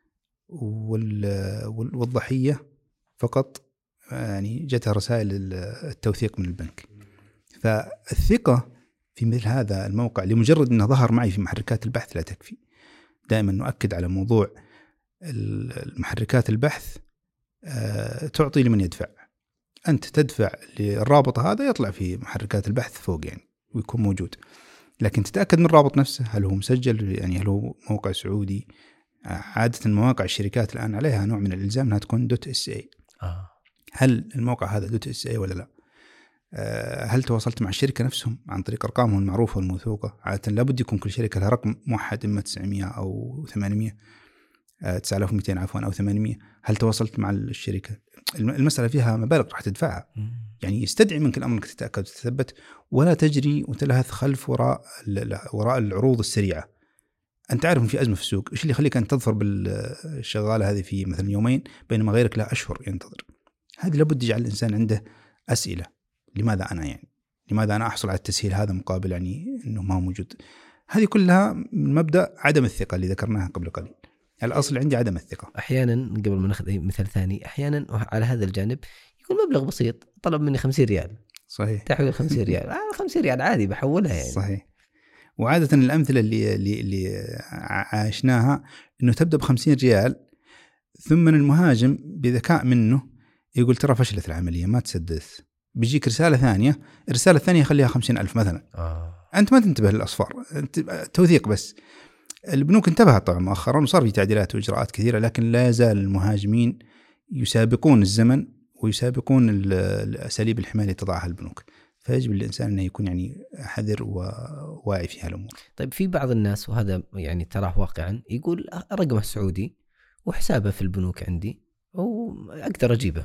والضحية فقط يعني جتها رسائل التوثيق من البنك. فالثقة في مثل هذا الموقع لمجرد أنه ظهر معي في محركات البحث لا تكفي. دائما نؤكد على موضوع المحركات البحث، تعطي لمن يدفع. أنت تدفع للرابط هذا يطلع في محركات البحث فوق يعني ويكون موجود، لكن تتأكد من الرابط نفسه هل هو مسجل، يعني هل هو موقع سعودي، عادة مواقع الشركات الآن عليها نوع من الإلزام أنها تكون دوت اس اي. آه. هل الموقع هذا دوت اس اي ولا لا؟ هل تواصلت مع الشركة نفسهم عن طريق أرقامهم المعروفة والموثوقة؟ عادة لابد يكون كل شركة لها رقم موحد، إما تسعمية أو ثمانمية، تسعة آلاف ومئتين عفوا أو ثمانمية. هل تواصلت مع الشركة؟ المسألة فيها مبالغ راح تدفعها، يعني يستدعي منك الأمر أنك تتأكد وتثبت، ولا تجري وتلهث خلف وراء وراء العروض السريعة. أنت عارف إن في أزمة في السوق، إيش اللي يخليك أن تظفر بالشغالة هذه في مثلا يومين بينما غيرك له أشهر ينتظر؟ هذه لابد يجعل الإنسان عنده أسئلة. لماذا أنا يعني لماذا أنا أحصل على التسهيل هذا مقابل يعني أنه ما هو موجود؟ هذه كلها من مبدأ عدم الثقة اللي ذكرناها قبل قليل. الأصل عندي عدم الثقة. أحيانا قبل ما ناخذ مثال ثاني، أحيانا على هذا الجانب يكون مبلغ بسيط، طلب مني خمسين ريال، صحيح، تحويل خمسين ريال آه خمسين ريال عادي بحولها يعني. صحيح. وعادة الأمثلة اللي اللي اللي عاشناها إنه تبدأ بخمسين ريال، ثم المهاجم بذكاء منه يقول ترى فشلت العملية ما تسددت، بيجيك رسالة ثانية، الرسالة الثانية خليها خمسين ألف مثلا. آه. أنت ما تنتبه للأصفار، أنت توثيق بس. البنوك انتبهت طبعا مؤخرا وصار في تعديلات وإجراءات كثيرة، لكن لا يزال المهاجمين يسابقون الزمن ويسابقون الأساليب الحماية اللي تضعها البنوك. فيجب الإنسان أنه يكون يعني حذر وواعي في هالأمور. طيب في بعض الناس، وهذا يعني تراه واقعا، يقول رقمه السعودي وحسابه في البنوك عندي وأقدر أجيبه،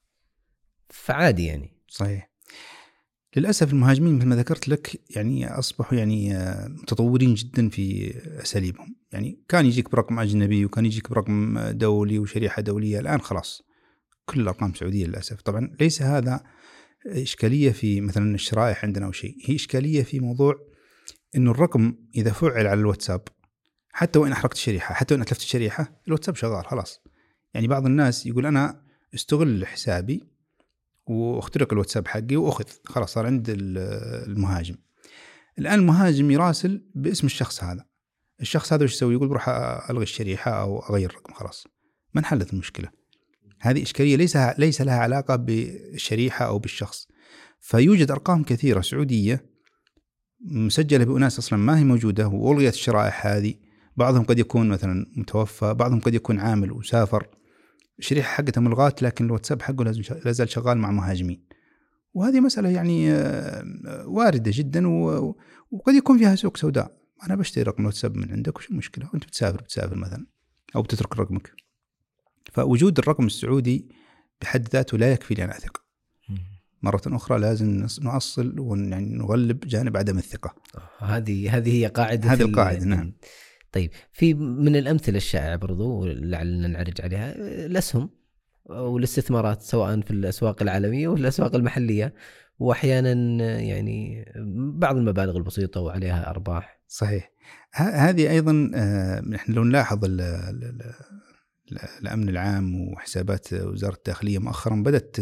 فعادي يعني. صحيح. للأسف المهاجمين مثل ما ذكرت لك يعني أصبحوا يعني متطورين جدا في أساليبهم. يعني كان يجيك برقم أجنبي وكان يجيك برقم دولي وشريحة دولية، الآن خلاص كل الأرقام سعودية للأسف. طبعا ليس هذا إشكالية في مثلا الشرائح عندنا أو شيء، هي إشكالية في موضوع إنه الرقم إذا فعل على الواتساب، حتى وإن أحرقت الشريحة، حتى وإن أتلفت الشريحة، الواتساب شغال خلاص. يعني بعض الناس يقول أنا استغل حسابي واخترق الواتساب حقي وأخذ، خلاص صار عند المهاجم. الآن المهاجم يراسل باسم الشخص هذا، الشخص هذا وش يسوي؟ يقول بروح ألغي الشريحة أو أغير الرقم، خلاص ما انحلت المشكلة. هذه إشكالية ليس ليس لها علاقة بالشريحة أو بالشخص. فيوجد أرقام كثيرة سعودية مسجلة بأناس أصلا ما هي موجودة وألغيت الشرائح هذه. بعضهم قد يكون مثلا متوفى، بعضهم قد يكون عامل وسافر، الشريحة حقته ملغات، لكن الواتساب حقه لازال شغال مع مهاجمين. وهذه مسألة يعني واردة جدا، وقد يكون فيها سوق سوداء. أنا بشتري رقم الواتساب من عندك وش المشكلة؟ وأنت بتسافر بتسافر مثلا أو بتترك رقمك. فوجود الرقم السعودي بحد ذاته لا يكفي لأن أثق. مرة أخرى لازم نؤصل ونغلب جانب عدم الثقة. هذه هذه هي قاعدة هذه القاعدة. نعم. طيب في من الأمثلة الشائعة برضو لعلنا نعرج عليها الأسهم والاستثمارات، سواء في الأسواق العالمية والأسواق المحلية، وأحيانا يعني بعض المبالغ البسيطة وعليها أرباح. صحيح. هذه أيضا نحن لو نلاحظ ال ال الأمن العام وحسابات وزارة الداخلية مؤخرا بدأت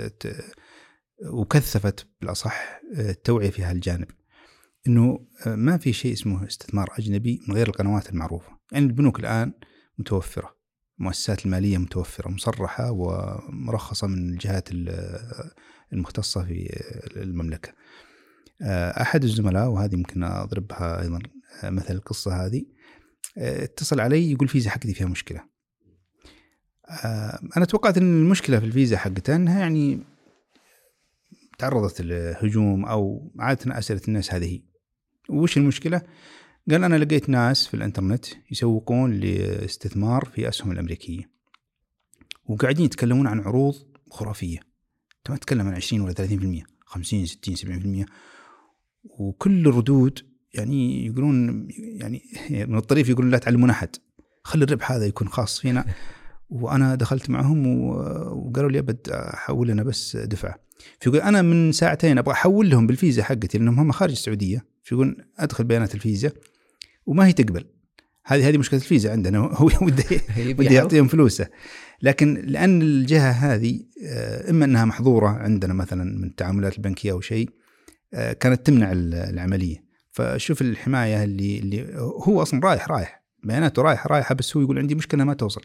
وكثفت بالأصح التوعية في هالجانب، إنه ما في شيء اسمه استثمار أجنبي من غير القنوات المعروفة. يعني البنوك الآن متوفرة، المؤسسات المالية متوفرة مصرحة ومرخصة من الجهات المختصة في المملكة. أحد الزملاء، وهذه ممكن أضربها أيضا مثل القصة هذه، اتصل علي يقول فيزا حقتي فيها مشكلة. أنا توقعت أن المشكلة في الفيزا حقتها أنها يعني تعرضت لهجوم أو عادة أسئلة الناس هذه. وش المشكلة؟ قال أنا لقيت ناس في الإنترنت يسوقون لاستثمار في أسهم الأمريكية وقاعدين يتكلمون عن عروض خرافية، تم تتكلم عن عشرين ولا ثلاثين في المية، خمسين ستين سبعين في المية، وكل الردود يعني يقولون يعني من الطريف يقولون لا تعلمون أحد، خلي الربح هذا يكون خاص فينا. وأنا دخلت معهم وقالوا لي أبد أحول لنا بس دفعة. فيقول أنا من ساعتين أبغى أحول لهم بالفيزا حقتي لأنهم هم خارج السعودية. فيقول أدخل بيانات الفيزا وما هي تقبل. هذه هذه مشكلة الفيزا عندنا، هو ودي يعطيهم فلوسه، لكن لأن الجهة هذه إما أنها محظورة عندنا مثلا من التعاملات البنكية أو شيء، كانت تمنع العملية. فشوف الحماية اللي اللي هو أصلا رايح رايح بياناته رايح رايحة، بس هو يقول عندي مشكلة ما توصل.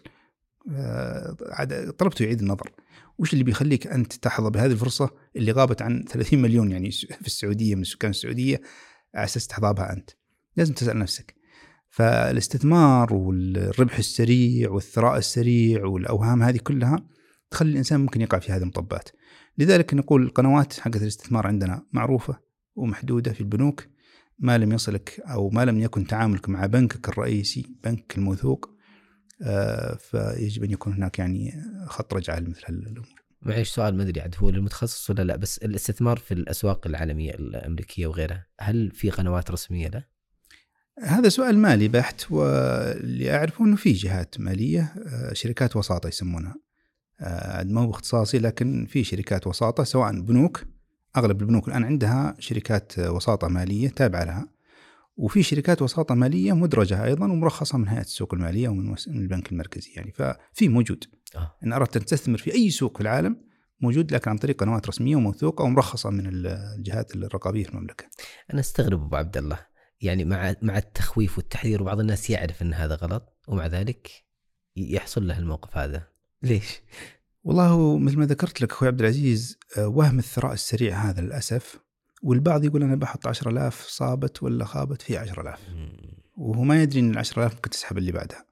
طلبته يعيد النظر. وش اللي بيخليك أنت تحظى بهذه الفرصة اللي غابت عن ثلاثين مليون يعني في السعودية من السكان السعودية على أساس تحظى بها أنت؟ لازم تسأل نفسك. فالاستثمار والربح السريع والثراء السريع والأوهام هذه كلها تخلي الإنسان ممكن يقع في هذه المطبات. لذلك نقول القنوات حقت الاستثمار عندنا معروفة ومحدودة في البنوك، ما لم يصلك أو ما لم يكن تعاملك مع بنكك الرئيسي بنك الموثوق آه فيجب أن يكون هناك يعني خط رجعة لمثل هالأمور. معيش سؤال ما أدري عاد هو للمتخصص ولا لا، بس الاستثمار في الأسواق العالمية الأمريكية وغيرها هل في قنوات رسمية له؟ هذا سؤال مالي بحت، واللي أعرفه أنه في جهات مالية شركات وساطة يسمونها، ما هو اختصاصي لكن في شركات وساطة سواء بنوك، أغلب البنوك الآن عندها شركات وساطة مالية تابعة لها، وفي شركات وساطة مالية مدرجة أيضا ومرخصة من هيئة السوق المالية ومن البنك المركزي يعني. ففي موجود آه. إن أردت أن تستثمر في أي سوق في العالم موجود، لكن عن طريق قنوات رسمية وموثوقة ومرخصة من الجهات الرقابية في المملكة. أنا استغرب أبو عبد الله، يعني مع مع التخويف والتحذير وبعض الناس يعرف أن هذا غلط ومع ذلك يحصل له الموقف هذا، ليش؟ والله مثل ما ذكرت لك أخوي عبد العزيز، وهم الثراء السريع هذا للأسف، والبعض يقول أنا بحط عشرة آلاف صابت ولا خابت في عشرة آلاف، وهو ما يدري أن العشرة آلاف ممكن تسحب اللي بعدها.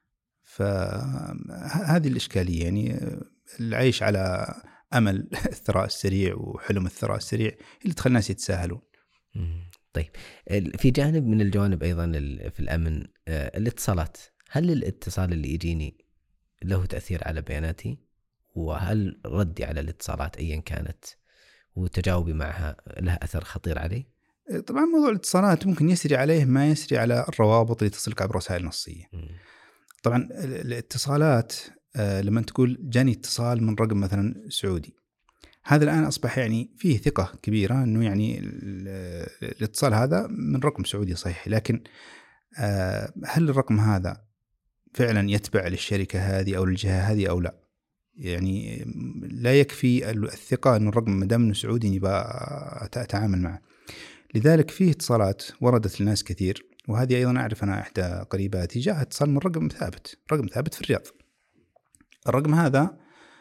فهذه الإشكالية يعني، العيش على أمل الثراء السريع وحلم الثراء السريع اللي تخلي الناس يتساهلون. طيب في جانب من الجوانب أيضا في الأمن الاتصالات، هل الاتصال اللي يجيني له تأثير على بياناتي؟ وهل ردي على الاتصالات أيا كانت وتجاوبي معها له أثر خطير علي؟ طبعا موضوع الاتصالات ممكن يسري عليه ما يسري على الروابط اللي تصلك عبر وسائل نصية. طبعا الاتصالات لما تقول جاني اتصال من رقم مثلا سعودي، هذا الآن أصبح يعني فيه ثقة كبيرة أنه يعني الاتصال هذا من رقم سعودي صحيح، لكن هل الرقم هذا فعلا يتبع للشركة هذه أو الجهة هذه أو لا؟ يعني لا يكفي الثقة أن الرقم مدام أنه سعودي يبقى أتعامل معه. لذلك فيه اتصالات وردت للناس كثير، وهذه أيضا أعرف أنا إحدى قريباتي جاء اتصال من رقم ثابت، رقم ثابت في الرياض. الرقم هذا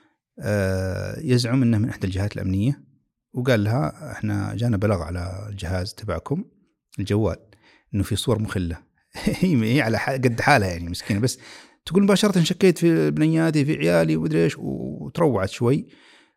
يزعم أنه من إحدى الجهات الأمنية، وقال لها إحنا جانا بلغ على الجهاز تبعكم الجوال إنه في صور مخلة. هي على قد حالها يعني مسكينة، بس تقول مباشرة شكيت في بنياتي في عيالي ومدري إيش، وتروعت شوي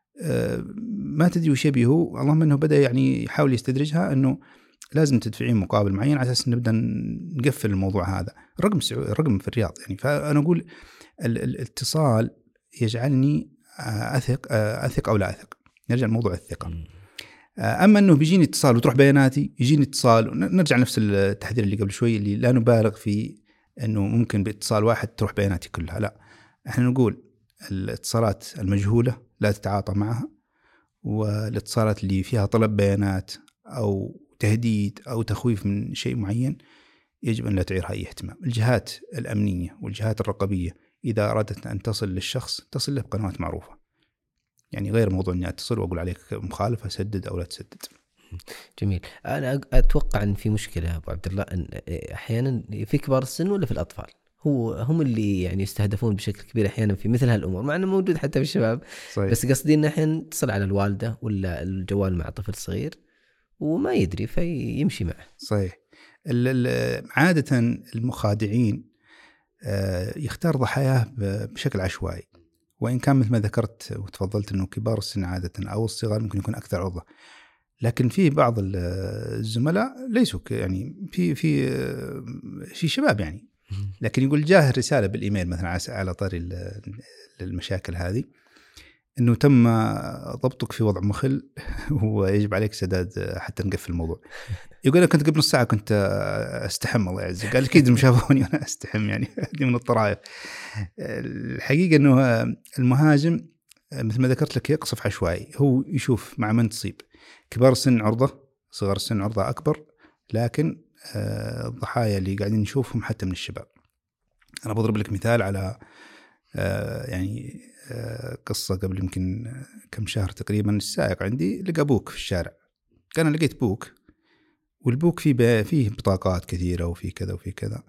ما تدري وش يبيه هو. اللهم أنه بدأ يعني يحاول يستدرجها أنه لازم تدفعين مقابل معين على أساس نبدأ نقفل الموضوع هذا. رقم رقم في الرياض يعني. فأنا أقول الاتصال يجعلني أثق أثق أو لا أثق. نرجع لموضوع الثقة. أما أنه بيجيني اتصال وتروح بياناتي، يجيني اتصال، نرجع نفس التحذير اللي قبل شوي اللي لا نبالغ في أنه ممكن باتصال واحد تروح بياناتي كلها، لا. احنا نقول الاتصالات المجهولة لا تتعاطى معها، والاتصالات اللي فيها طلب بيانات أو تهديد أو تخويف من شيء معين يجب أن لا تعيرها أي اهتمام. الجهات الأمنية والجهات الرقابية إذا أرادت أن تصل للشخص تصل له بقنوات معروفة، يعني غير موضوع أني أتصل وأقول عليك مخالفة سدد أو لا تسدد. جميل. أنا أتوقع أن في مشكلة أبو عبد الله، أن أحيانا في كبار السن ولا في الأطفال هو هم اللي يعني يستهدفون بشكل كبير أحيانا في مثل هالأمور، مع أنه موجود حتى في الشباب. صحيح. بس قصدي أن أحيانا تصل على الوالدة ولا الجوال مع طفل صغير وما يدري فيمشي معه. صحيح. عادة المخادعين يختار ضحاياه بشكل عشوائي، وإن كان مثل ما ذكرت وتفضلت أنه كبار السن عادة أو الصغار ممكن يكون أكثر عرضة، لكن في بعض الزملاء ليسوا يعني في في في شباب يعني، لكن يقول جاه رسالة بالإيميل مثلا على طاري المشاكل هذه إنه تم ضبطك في وضع مخل ويجب عليك سداد حتى نقفل الموضوع. يقول أنا كنت قبل نص ساعة كنت أستحم الله يعزك، قال أكيد مشافوني وأنا أستحم يعني. هذه من الطرائف. الحقيقة إنه المهاجم مثل ما ذكرت لك يقصف عشوائي، هو يشوف مع من تصيب. كبار السن عرضة، صغار السن عرضة أكبر، لكن الضحايا اللي قاعدين نشوفهم حتى من الشباب. أنا بضرب لك مثال على يعني قصة قبل يمكن كم شهر تقريبا. السائق عندي لقى بوك في الشارع، كان لقيت بوك والبوك فيه فيه بطاقات كثيرة وفيه كذا وفيه كذا،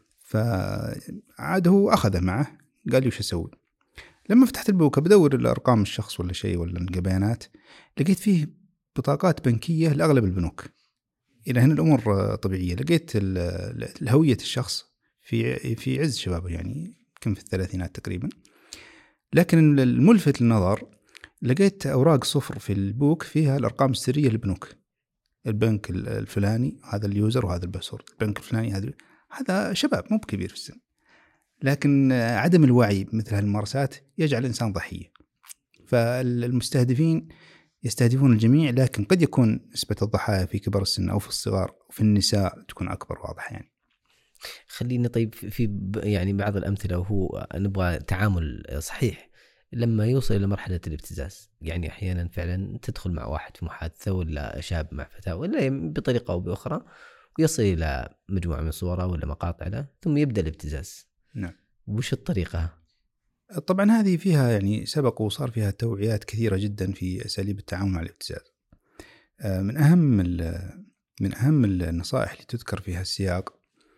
فعاد هو أخذه معه قال لي وش أسوي. لما فتحت البوك بدور الأرقام الشخص ولا شيء ولا البيانات، لقيت فيه بطاقات بنكية لأغلب البنوك، إلى هنا الأمور طبيعية. لقيت الهوية الشخص في في عز شبابه، يعني كم في الثلاثينات تقريبا. لكن الملفت للنظر لقيت أوراق صفر في البوك فيها الأرقام السرية للبنوك، البنك الفلاني هذا اليوزر وهذا الباسورد، البنك الفلاني هذا هذا شباب مو بكبير في السن. لكن عدم الوعي بمثل هالممارسات يجعل الإنسان ضحية. فالمستهدفين يستهدفون الجميع، لكن قد يكون نسبة الضحايا في كبار السن أو في الصغار وفي النساء تكون أكبر واضحة. يعني خليني طيب في يعني بعض الأمثلة، وهو نبغى تعامل صحيح لما يوصل إلى مرحلة الابتزاز. يعني أحيانا فعلا تدخل مع واحد في محادثة، ولا شاب مع فتاة، ولا بطريقة أو بأخرى، ويصل إلى مجموعة من صورة ولا مقاطع له، ثم يبدأ الابتزاز. نعم. وش الطريقة؟ طبعا هذه فيها يعني سبق وصار فيها توعيات كثيرة جدا في أساليب التعامل مع الابتزاز. من أهم من أهم النصائح اللي تذكر في هالسياق،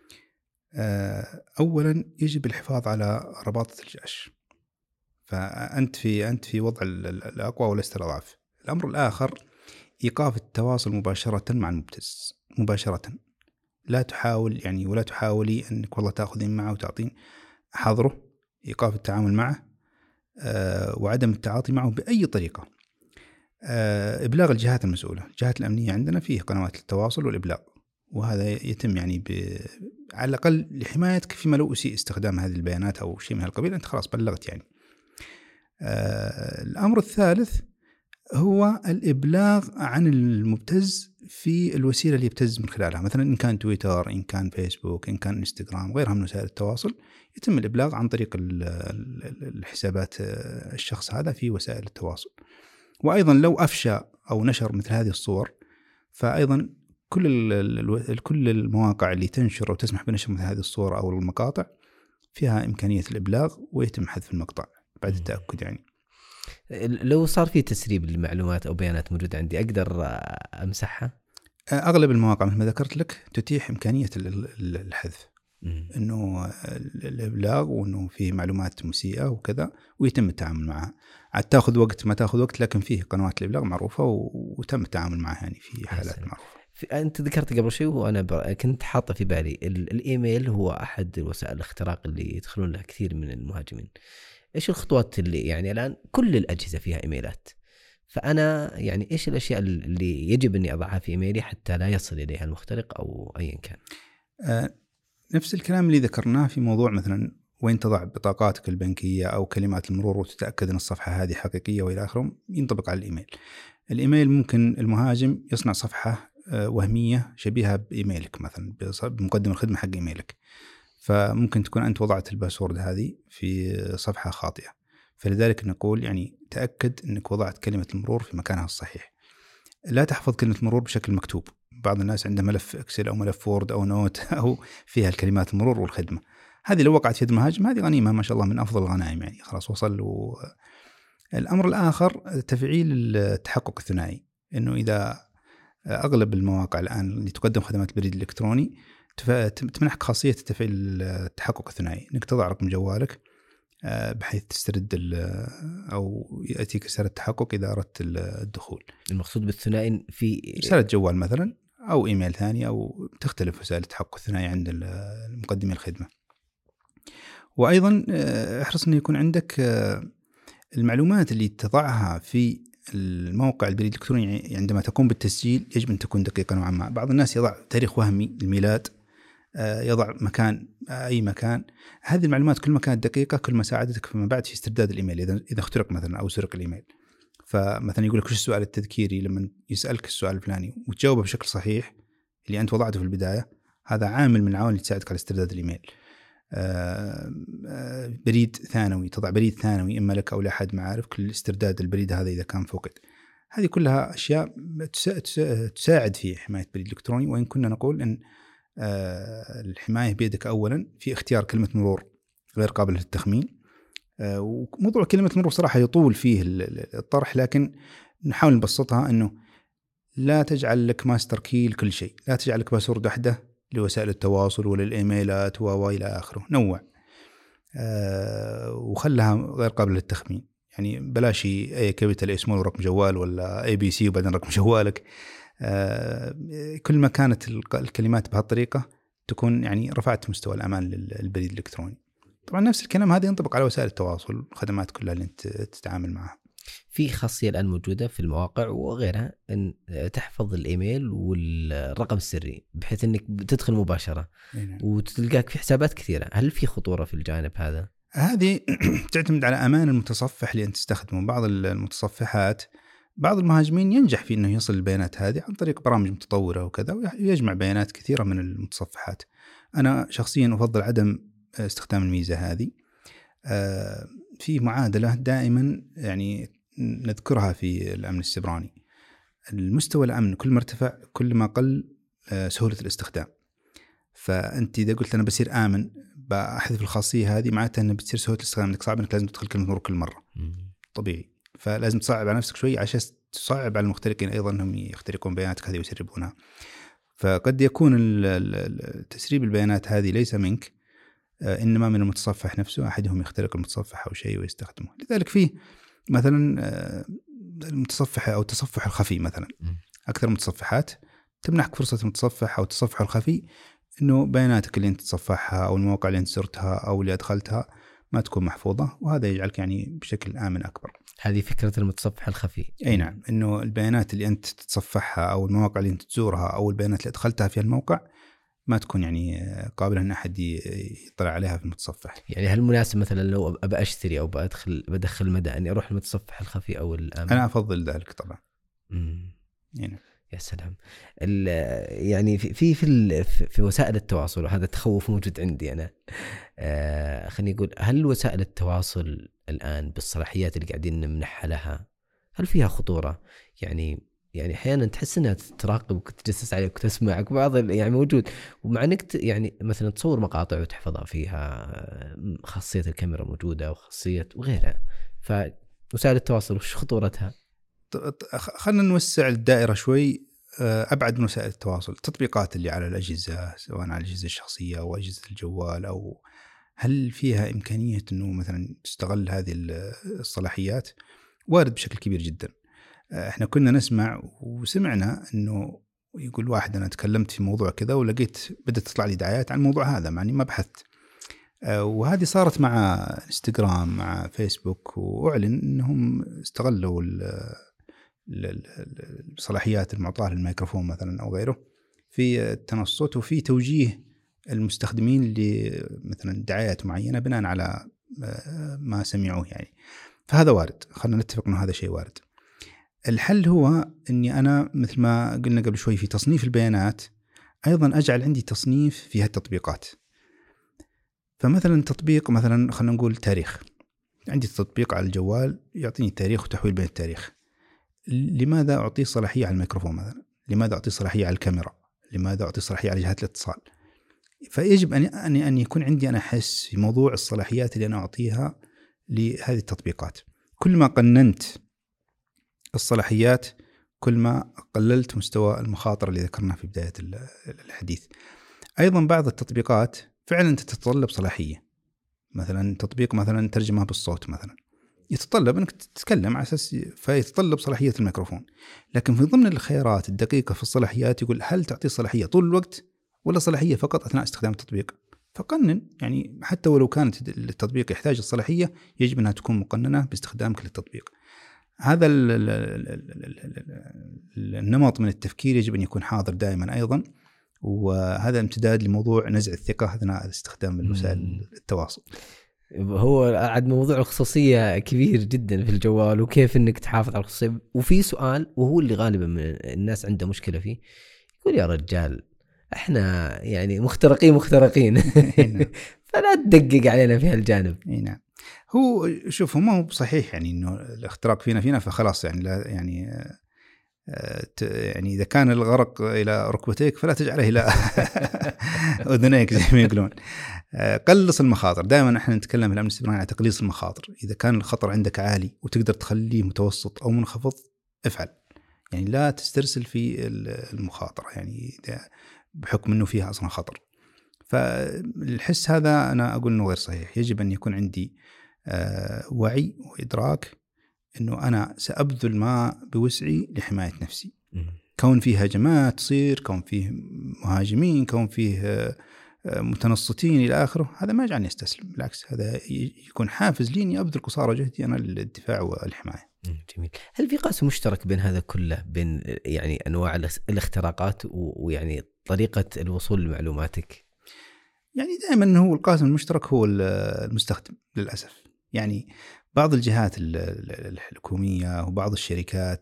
أولا يجب الحفاظ على رباطة الجأش، فأنت في أنت في وضع الأقوى ولست الأضعف. الأمر الآخر إيقاف التواصل مباشرة مع المبتز مباشرة. لا تحاول يعني ولا تحاولي أنك والله تأخذين معه وتعطين. حظره، إيقاف التعامل معه، أه وعدم التعاطي معه بأي طريقة. أه إبلاغ الجهات المسؤولة، الجهات الأمنية عندنا فيه قنوات التواصل والإبلاغ، وهذا يتم يعني ب... على الأقل لحمايتك فيما لو أسيء استخدام هذه البيانات أو شيء من هالقبيل، أنت خلاص بلغت يعني. أه الأمر الثالث هو الإبلاغ عن المبتز في الوسيلة اللي يبتز من خلالها، مثلا إن كان تويتر، إن كان فيسبوك، إن كان إنستغرام، غيرها من وسائل التواصل، يتم الإبلاغ عن طريق الحسابات الشخص هذا في وسائل التواصل. وأيضا لو أفشى أو نشر مثل هذه الصور، فأيضا كل كل المواقع اللي تنشر أو تسمح بنشر مثل هذه الصور أو المقاطع فيها إمكانية الإبلاغ ويتم حذف المقطع بعد التأكد. يعني لو صار في تسريب للمعلومات أو بيانات موجودة عندي، أقدر أمسحها؟ أغلب المواقع مثل ما ذكرت لك تتيح إمكانية الحذف، إنه الإبلاغ وإنه فيه معلومات مسيئة وكذا، ويتم التعامل معها. عاد تأخذ وقت ما تأخذ وقت، لكن فيه قنوات الإبلاغ معروفة وتم التعامل معها يعني في حالات معروفة. أنت ذكرت قبل شيء وأنا كنت حاطة في بالي الإيميل هو أحد وسائل الاختراق اللي يدخلون لها كثير من المهاجمين. إيش الخطوات اللي يعني الآن كل الأجهزة فيها إيميلات، فأنا يعني إيش الأشياء اللي يجب أني أضعها في إيميلي حتى لا يصل إليها المخترق أو أيا كان؟ آه نفس الكلام اللي ذكرناه في موضوع مثلا وين تضع بطاقاتك البنكية أو كلمات المرور وتتأكد أن الصفحة هذه حقيقية وإلى آخره، ينطبق على الإيميل. الإيميل ممكن المهاجم يصنع صفحة آه وهمية شبيهة بإيميلك، مثلا بمقدم الخدمة حق إيميلك، فممكن تكون أنت وضعت الباسورد هذه في صفحة خاطئة. فلذلك نقول يعني تأكد أنك وضعت كلمة المرور في مكانها الصحيح. لا تحفظ كلمة المرور بشكل مكتوب. بعض الناس عنده ملف إكسل أو ملف وورد أو نوت أو فيها الكلمات المرور والخدمة، هذه لو وقعت في يد المهاجم هذه غنيمة ما شاء الله، من أفضل الغنائم، يعني خلاص وصل. و... الأمر الآخر تفعيل التحقق الثنائي، إنه إذا أغلب المواقع الآن اللي تقدم خدمات البريد الإلكتروني تمنحك خاصية تفعيل التحقق الثنائي، إنك تضع رقم جوالك بحيث تسترد أو يأتيك رسالة تحقق إذا أردت الدخول. المقصود بالثنائي في رسالة جوال مثلا أو إيميل ثاني، أو تختلف وسائل التحقق الثنائي عند المقدمي الخدمة. وأيضا احرص أن يكون عندك المعلومات اللي تضعها في الموقع البريد الإلكتروني عندما تقوم بالتسجيل يجب أن تكون دقيقة نوعا ما. بعض الناس يضع تاريخ وهمي الميلاد، يضع مكان أي مكان. هذه المعلومات كل ما كانت دقيقة كل ما ساعدتك فيما بعد في استرداد الإيميل إذا إذا اخترق مثلا أو سرق الإيميل. فمثلا يقول لك وش السؤال التذكيري لما يسألك السؤال الفلاني وتجاوبه بشكل صحيح اللي أنت وضعته في البداية، هذا عامل من العوامل اللي تساعدك على استرداد الإيميل. بريد ثانوي، تضع بريد ثانوي إما لك أو لأحد معارف كل استرداد البريد هذا إذا كان فقد. هذه كلها أشياء تساعد في حماية البريد الإلكتروني، وإن كنا نقول أن الحماية بيدك أولا في اختيار كلمة مرور غير قابلة للتخمين. وموضوع كلمة مرور صراحة يطول فيه الطرح، لكن نحاول نبسطها أنه لا تجعل لك ماستر كي لكل شيء، لا تجعل لك باسورد واحدة لوسائل التواصل ولا الإيميلات وإلى آخره. نوع أه وخلها غير قابلة للتخمين، يعني بلاش أي كابيتال اسمه ورقم جوال ولا أي بي سي وبعدين رقم جوالك. كل ما كانت الكلمات بهالطريقة تكون يعني رفعت مستوى الأمان للبريد الإلكتروني. طبعا نفس الكلام هذا ينطبق على وسائل التواصل والخدمات كلها اللي أنت تتعامل معها. في خاصية الآن موجودة في المواقع وغيرها أن تحفظ الإيميل والرقم السري بحيث أنك تدخل مباشرة وتلقاك في حسابات كثيرة. هل في خطورة في الجانب هذا؟ هذه تعتمد على أمان المتصفح اللي أنت تستخدمه. بعض المتصفحات بعض المهاجمين ينجح في أنه يصل البيانات هذه عن طريق برامج متطورة وكذا ويجمع بيانات كثيرة من المتصفحات. أنا شخصيا أفضل عدم استخدام الميزة هذه. في معادلة دائما يعني نذكرها في الأمن السيبراني، المستوى الأمن كل ما ارتفع كل ما قل سهولة الاستخدام. فأنت إذا قلت أنا بصير آمن بأحذف الخاصية هذه معناتها أنه بتصير سهولة الاستخدام، أنك صعب أنك لازم تدخل كلمة مرور كل مرة. طبيعي. فلازم تصعب على نفسك شوي عشان تصعب على المخترقين أيضا أنهم يخترقون بياناتك هذه ويسربونها. فقد يكون تسريب البيانات هذه ليس منك، إنما من المتصفح نفسه، أحدهم يخترق المتصفح أو شيء ويستخدمه. لذلك فيه مثلا المتصفح أو التصفح الخفي مثلا. أكثر المتصفحات تمنحك فرصة المتصفح أو التصفح الخفي إنه بياناتك اللي أنت تصفحها أو المواقع اللي أنت زرتها أو اللي أدخلتها ما تكون محفوظة، وهذا يجعلك يعني بشكل آمن أكبر. هذه فكرة المتصفح الخفي. أي نعم، إنه البيانات اللي أنت تتصفحها أو المواقع اللي أنت تزورها أو البيانات اللي أدخلتها في الموقع ما تكون يعني قابلة أن أحد يطلع عليها في المتصفح. يعني هل مناسب مثلا لو أبى أشتري أو بدخل بدخل مدى أني أروح المتصفح الخفي أو الآمن؟ أنا أفضل ذلك طبعا. يعني. يا سلام. يعني في في في, في وسائل التواصل، وهذا تخوف موجود عندي أنا، آه خليني أقول، هل وسائل التواصل الآن بالصلاحيات اللي قاعدين نمنحها لها هل فيها خطورة؟ يعني يعني أحيانا تحس أنها تراقبك وتجسس عليك وتسمعك بعض يعني موجود، ومع أنك يعني مثلا تصور مقاطع وتحفظها فيها خاصية الكاميرا موجودة وخاصية وغيرها. فوسائل التواصل وش خطورتها؟ خلنا نوسع الدائرة شوي، أبعد من وسائل التواصل. التطبيقات اللي على الأجهزة سواء على الأجهزة الشخصية أو أجهزة الجوال، أو هل فيها إمكانية أنه مثلا تستغل هذه الصلاحيات؟ وارد بشكل كبير جدا. احنا كنا نسمع وسمعنا انه يقول واحد انا تكلمت في موضوع كذا ولقيت بدأت تطلع لي دعايات عن الموضوع هذا معني ما بحثت. وهذه صارت مع انستغرام مع فيسبوك، واعلن انهم استغلوا الصلاحيات المعطاة للميكروفون مثلا او غيره في التنصت وفي توجيه المستخدمين لمثلا دعايات معينة بناء على ما سمعوه يعني. فهذا وارد، خلنا نتفق انه هذا شيء وارد. الحل هو أني أنا مثل ما قلنا قبل شوي في تصنيف البيانات أيضا أجعل عندي تصنيف في هالتطبيقات. فمثلا تطبيق مثلا خلنا نقول تاريخ، عندي تطبيق على الجوال يعطيني تاريخ وتحويل بين التاريخ. لماذا أعطيه صلاحية على الميكروفون مثلا؟ لماذا أعطيه صلاحية على الكاميرا؟ لماذا أعطيه صلاحية على جهات الاتصال؟ فيجب أن أن أن يكون عندي أنا أحس في موضوع الصلاحيات اللي أنا أعطيها لهذه التطبيقات. كل ما قننت الصلاحيات كل ما قللت مستوى المخاطر اللي ذكرناه في بداية الحديث. أيضا بعض التطبيقات فعلا تتطلب صلاحية، مثلا تطبيق مثلا ترجمة بالصوت مثلا يتطلب أنك تتكلم على أساس فيتطلب صلاحية الميكروفون. لكن في ضمن الخيارات الدقيقة في الصلاحيات يقول هل تعطي صلاحية طول الوقت ولا صلاحية فقط أثناء استخدام التطبيق؟ فقنن، يعني حتى ولو كانت التطبيق يحتاج الصلاحية يجب أنها تكون مقننة باستخدامك للتطبيق. هذا النمط من التفكير يجب أن يكون حاضر دائما أيضا، وهذا امتداد لموضوع نزع الثقة أثناء استخدام وسائل التواصل. هو عاد موضوع الخصوصية كبير جدا في الجوال، وكيف أنك تحافظ على الخصوصية. وفي سؤال وهو اللي غالبا من الناس عنده مشكلة فيه، يقول يا رجال احنا يعني مخترقين مخترقين فلا تدقق علينا في هالجانب. نعم، هو شوف هو ما هو صحيح يعني انه الاختراق فينا فينا فخلاص يعني لا يعني يعني اذا كان الغرق الى ركبتيك فلا تجعله الى اذنيك زي ما يقولون. قلص المخاطر. دائما احنا نتكلم في الامن السيبراني عن تقليص المخاطر. اذا كان الخطر عندك عالي وتقدر تخليه متوسط او منخفض افعل، يعني لا تسترسل في المخاطره يعني بحكم انه فيها اصلا خطر. فالحس هذا انا اقول انه غير صحيح. يجب ان يكون عندي آه وعي وادراك انه انا سابذل ما بوسعي لحمايه نفسي. كون فيه هجمات تصير، كون فيه مهاجمين، كون فيه متنصتين إلى آخره، هذا ما يجعلني أستسلم، بالعكس هذا يكون حافز لي إني أبذل قصارى جهدي أنا للدفاع والحماية. جميل. هل في قاسم مشترك بين هذا كله، بين يعني أنواع الاختراقات ويعني طريقة الوصول لمعلوماتك؟ يعني دائما هو القاسم المشترك هو المستخدم للأسف. يعني بعض الجهات الحكومية وبعض الشركات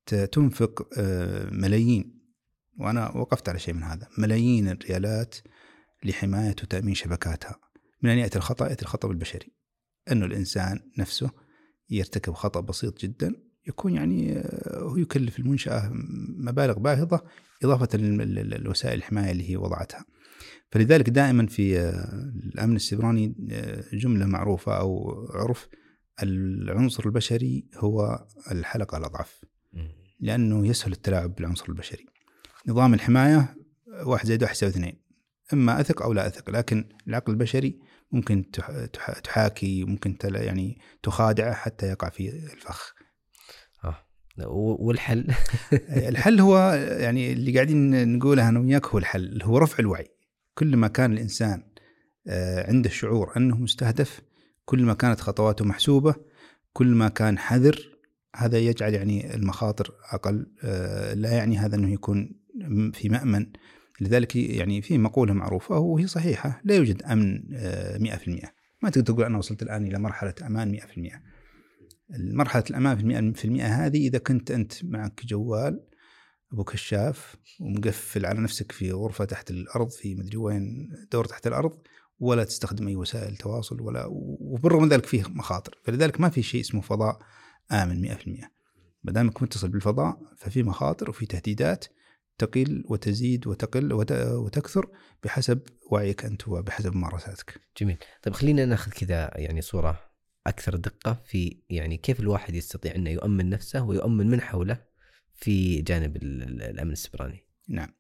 تنفق ملايين، وأنا وقفت على شيء من هذا، ملايين الريالات لحماية وتأمين شبكاتها من أن يأتي الخطأ يأتي الخطأ البشري، أنه الإنسان نفسه يرتكب خطأ بسيط جدا يكون يعني هو يكلف المنشأة مبالغ باهظة إضافة للوسائل الحماية اللي هي وضعتها. فلذلك دائما في الأمن السيبراني جملة معروفة أو عرف: العنصر البشري هو الحلقة الأضعف، لأنه يسهل التلاعب بالعنصر البشري. نظام الحماية واحد زائد واحد يساوي اثنين، إما أثق أو لا أثق، لكن العقل البشري ممكن تحاكي، ممكن يعني تخادعه حتى يقع في الفخ. آه. والحل؟ الحل هو يعني اللي قاعدين نقوله أنا وياك، هو الحل هو رفع الوعي. كل ما كان الإنسان عنده الشعور أنه مستهدف، كل ما كانت خطواته محسوبة، كل ما كان حذر، هذا يجعل يعني المخاطر أقل. لا يعني هذا أنه يكون في مأمن. لذلك يعني في مقولة معروفة وهي صحيحة: لا يوجد أمن مئة في المئة. ما تقدر تقول أنا وصلت الآن إلى مرحلة أمان مئة في المئة. المرحلة الأمان في المئة في المئة هذه إذا كنت أنت معك جوال أبو كشاف ومقفل على نفسك في غرفة تحت الأرض في مدري وين دور تحت الأرض، ولا تستخدم أي وسائل تواصل، ولا وبالرغم من ذلك فيه مخاطر. فلذلك ما في شيء اسمه فضاء آمن مئة في المئة. ما دامك متصل بالفضاء ففي مخاطر وفي تهديدات تقل وتزيد وتقل وتكثر بحسب وعيك أنت وبحسب ممارساتك. جميل. طيب خلينا ناخذ كذا يعني صورة أكثر دقة في يعني كيف الواحد يستطيع أنه يؤمن نفسه ويؤمن من حوله في جانب الأمن السيبراني. نعم.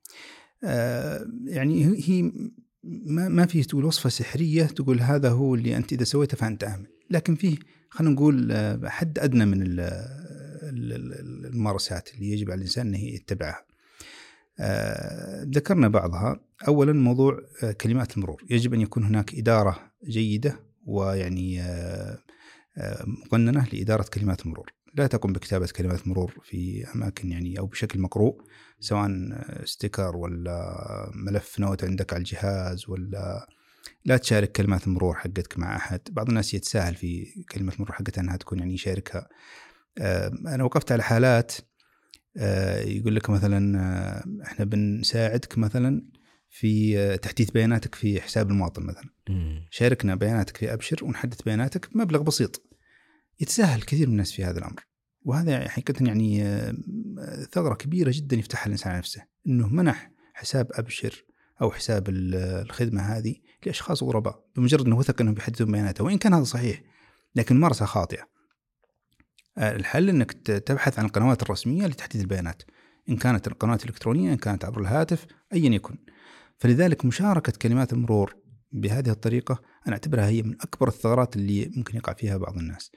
آه يعني هي ما ما في تقول وصفة سحرية تقول هذا هو اللي أنت إذا سويته فأنت آمن، لكن فيه خلينا نقول حد أدنى من الممارسات اللي يجب على الإنسان أنه يتبعها. آه ذكرنا بعضها. أولا موضوع كلمات المرور، يجب أن يكون هناك إدارة جيدة ويعني آه آه مقننة لإدارة كلمات المرور. لا تقوم بكتابة كلمات مرور في أماكن يعني أو بشكل مقروء، سواء ستيكر ولا ملف نوت عندك على الجهاز، ولا لا تشارك كلمات المرور حقتك مع أحد. بعض الناس يتساهل في كلمة المرور حقتها أنها تكون يعني يشاركها. أنا وقفت على حالات يقول لك مثلا إحنا بنساعدك مثلا في تحديث بياناتك في حساب المواطن مثلا، شاركنا بياناتك في أبشر ونحدث بياناتك بمبلغ بسيط. يتساهل كثير من الناس في هذا الأمر، وهذا حقيقة يعني ثغرة كبيرة جدا يفتحها الإنسان على نفسه، إنه منح حساب أبشر أو حساب الخدمة هذه لأشخاص غرباء بمجرد أنه وثق أنهم بيحدثون بياناته، وإن كان هذا صحيح لكن ممارسة خاطئة. الحل أنك تبحث عن القنوات الرسمية لتحديث البيانات، إن كانت القنوات الإلكترونية، إن كانت عبر الهاتف، أيا يكن. فلذلك مشاركة كلمات المرور بهذه الطريقة أنا أعتبرها هي من أكبر الثغرات اللي ممكن يقع فيها بعض الناس.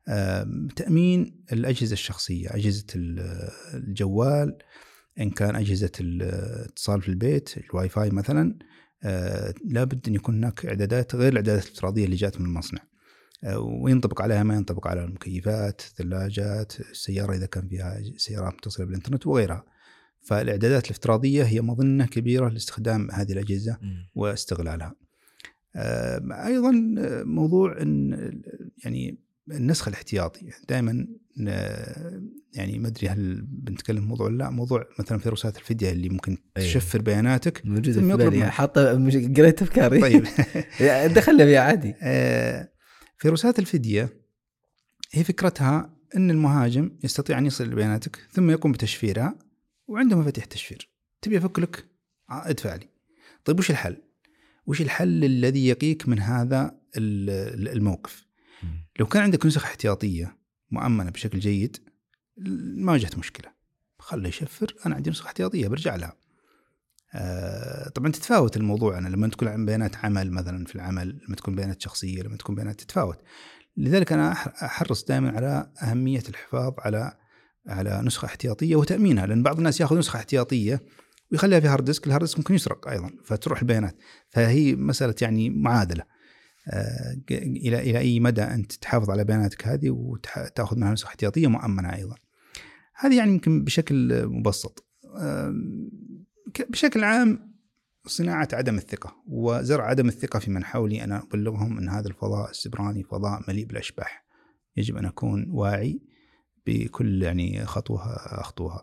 تأمين الأجهزة الشخصية، أجهزة الجوال، إن كان أجهزة الاتصال في البيت الواي فاي مثلا، لابد أن يكون هناك إعدادات غير الإعدادات الافتراضية اللي جات من المصنع، وينطبق عليها ما ينطبق على المكيفات، الثلاجات، السيارة إذا كان فيها سيارات متصلة بالإنترنت وغيرها. فالإعدادات الافتراضية هي مظنة كبيرة لاستخدام هذه الأجهزة واستغلالها. أيضا موضوع إن يعني النسخ الاحتياطي دائما، يعني ما أدري هل بنتكلم موضوع ولا لا، موضوع مثلا فيروسات الفدية اللي ممكن تشفر بياناتك موجودة في بالي، حاطة قريت أفكاري. طيب دخلنا فيها عادي. فيروسات الفدية هي فكرتها أن المهاجم يستطيع أن يصل لبياناتك ثم يقوم بتشفيرها، وعنده مفاتيح تشفير، تبي أفك لك ادفع لي. طيب وش الحل؟ وش الحل الذي يقيك من هذا الموقف؟ لو كان عندك نسخ احتياطية مؤمنة بشكل جيد ما واجهت مشكلة، خلي يشفر، أنا عندي نسخة احتياطية برجع لها. آه طبعا تتفاوت الموضوع، أنا لما تكون عن بيانات عمل مثلا في العمل، لما تكون بيانات شخصية، لما تكون بيانات تتفاوت. لذلك أنا أحرص دائما على أهمية الحفاظ على على نسخة احتياطية وتأمينها، لأن بعض الناس يأخذ نسخة احتياطية ويخليها في هارد ديسك، الهارد ديسك ممكن يسرق أيضا فتروح البيانات. فهي مسألة يعني معادلة إلى إلى أي مدى أنت تحافظ على بياناتك هذه وتأخذ منها نسخة احتياطية مؤمنة أيضا. هذه يعني يمكن بشكل مبسط. بشكل عام صناعة عدم الثقة وزرع عدم الثقة في من حولي، أنا أبلغهم أن هذا الفضاء السبراني فضاء مليء بالأشباح، يجب أن أكون واعي بكل يعني خطوة أخطوها.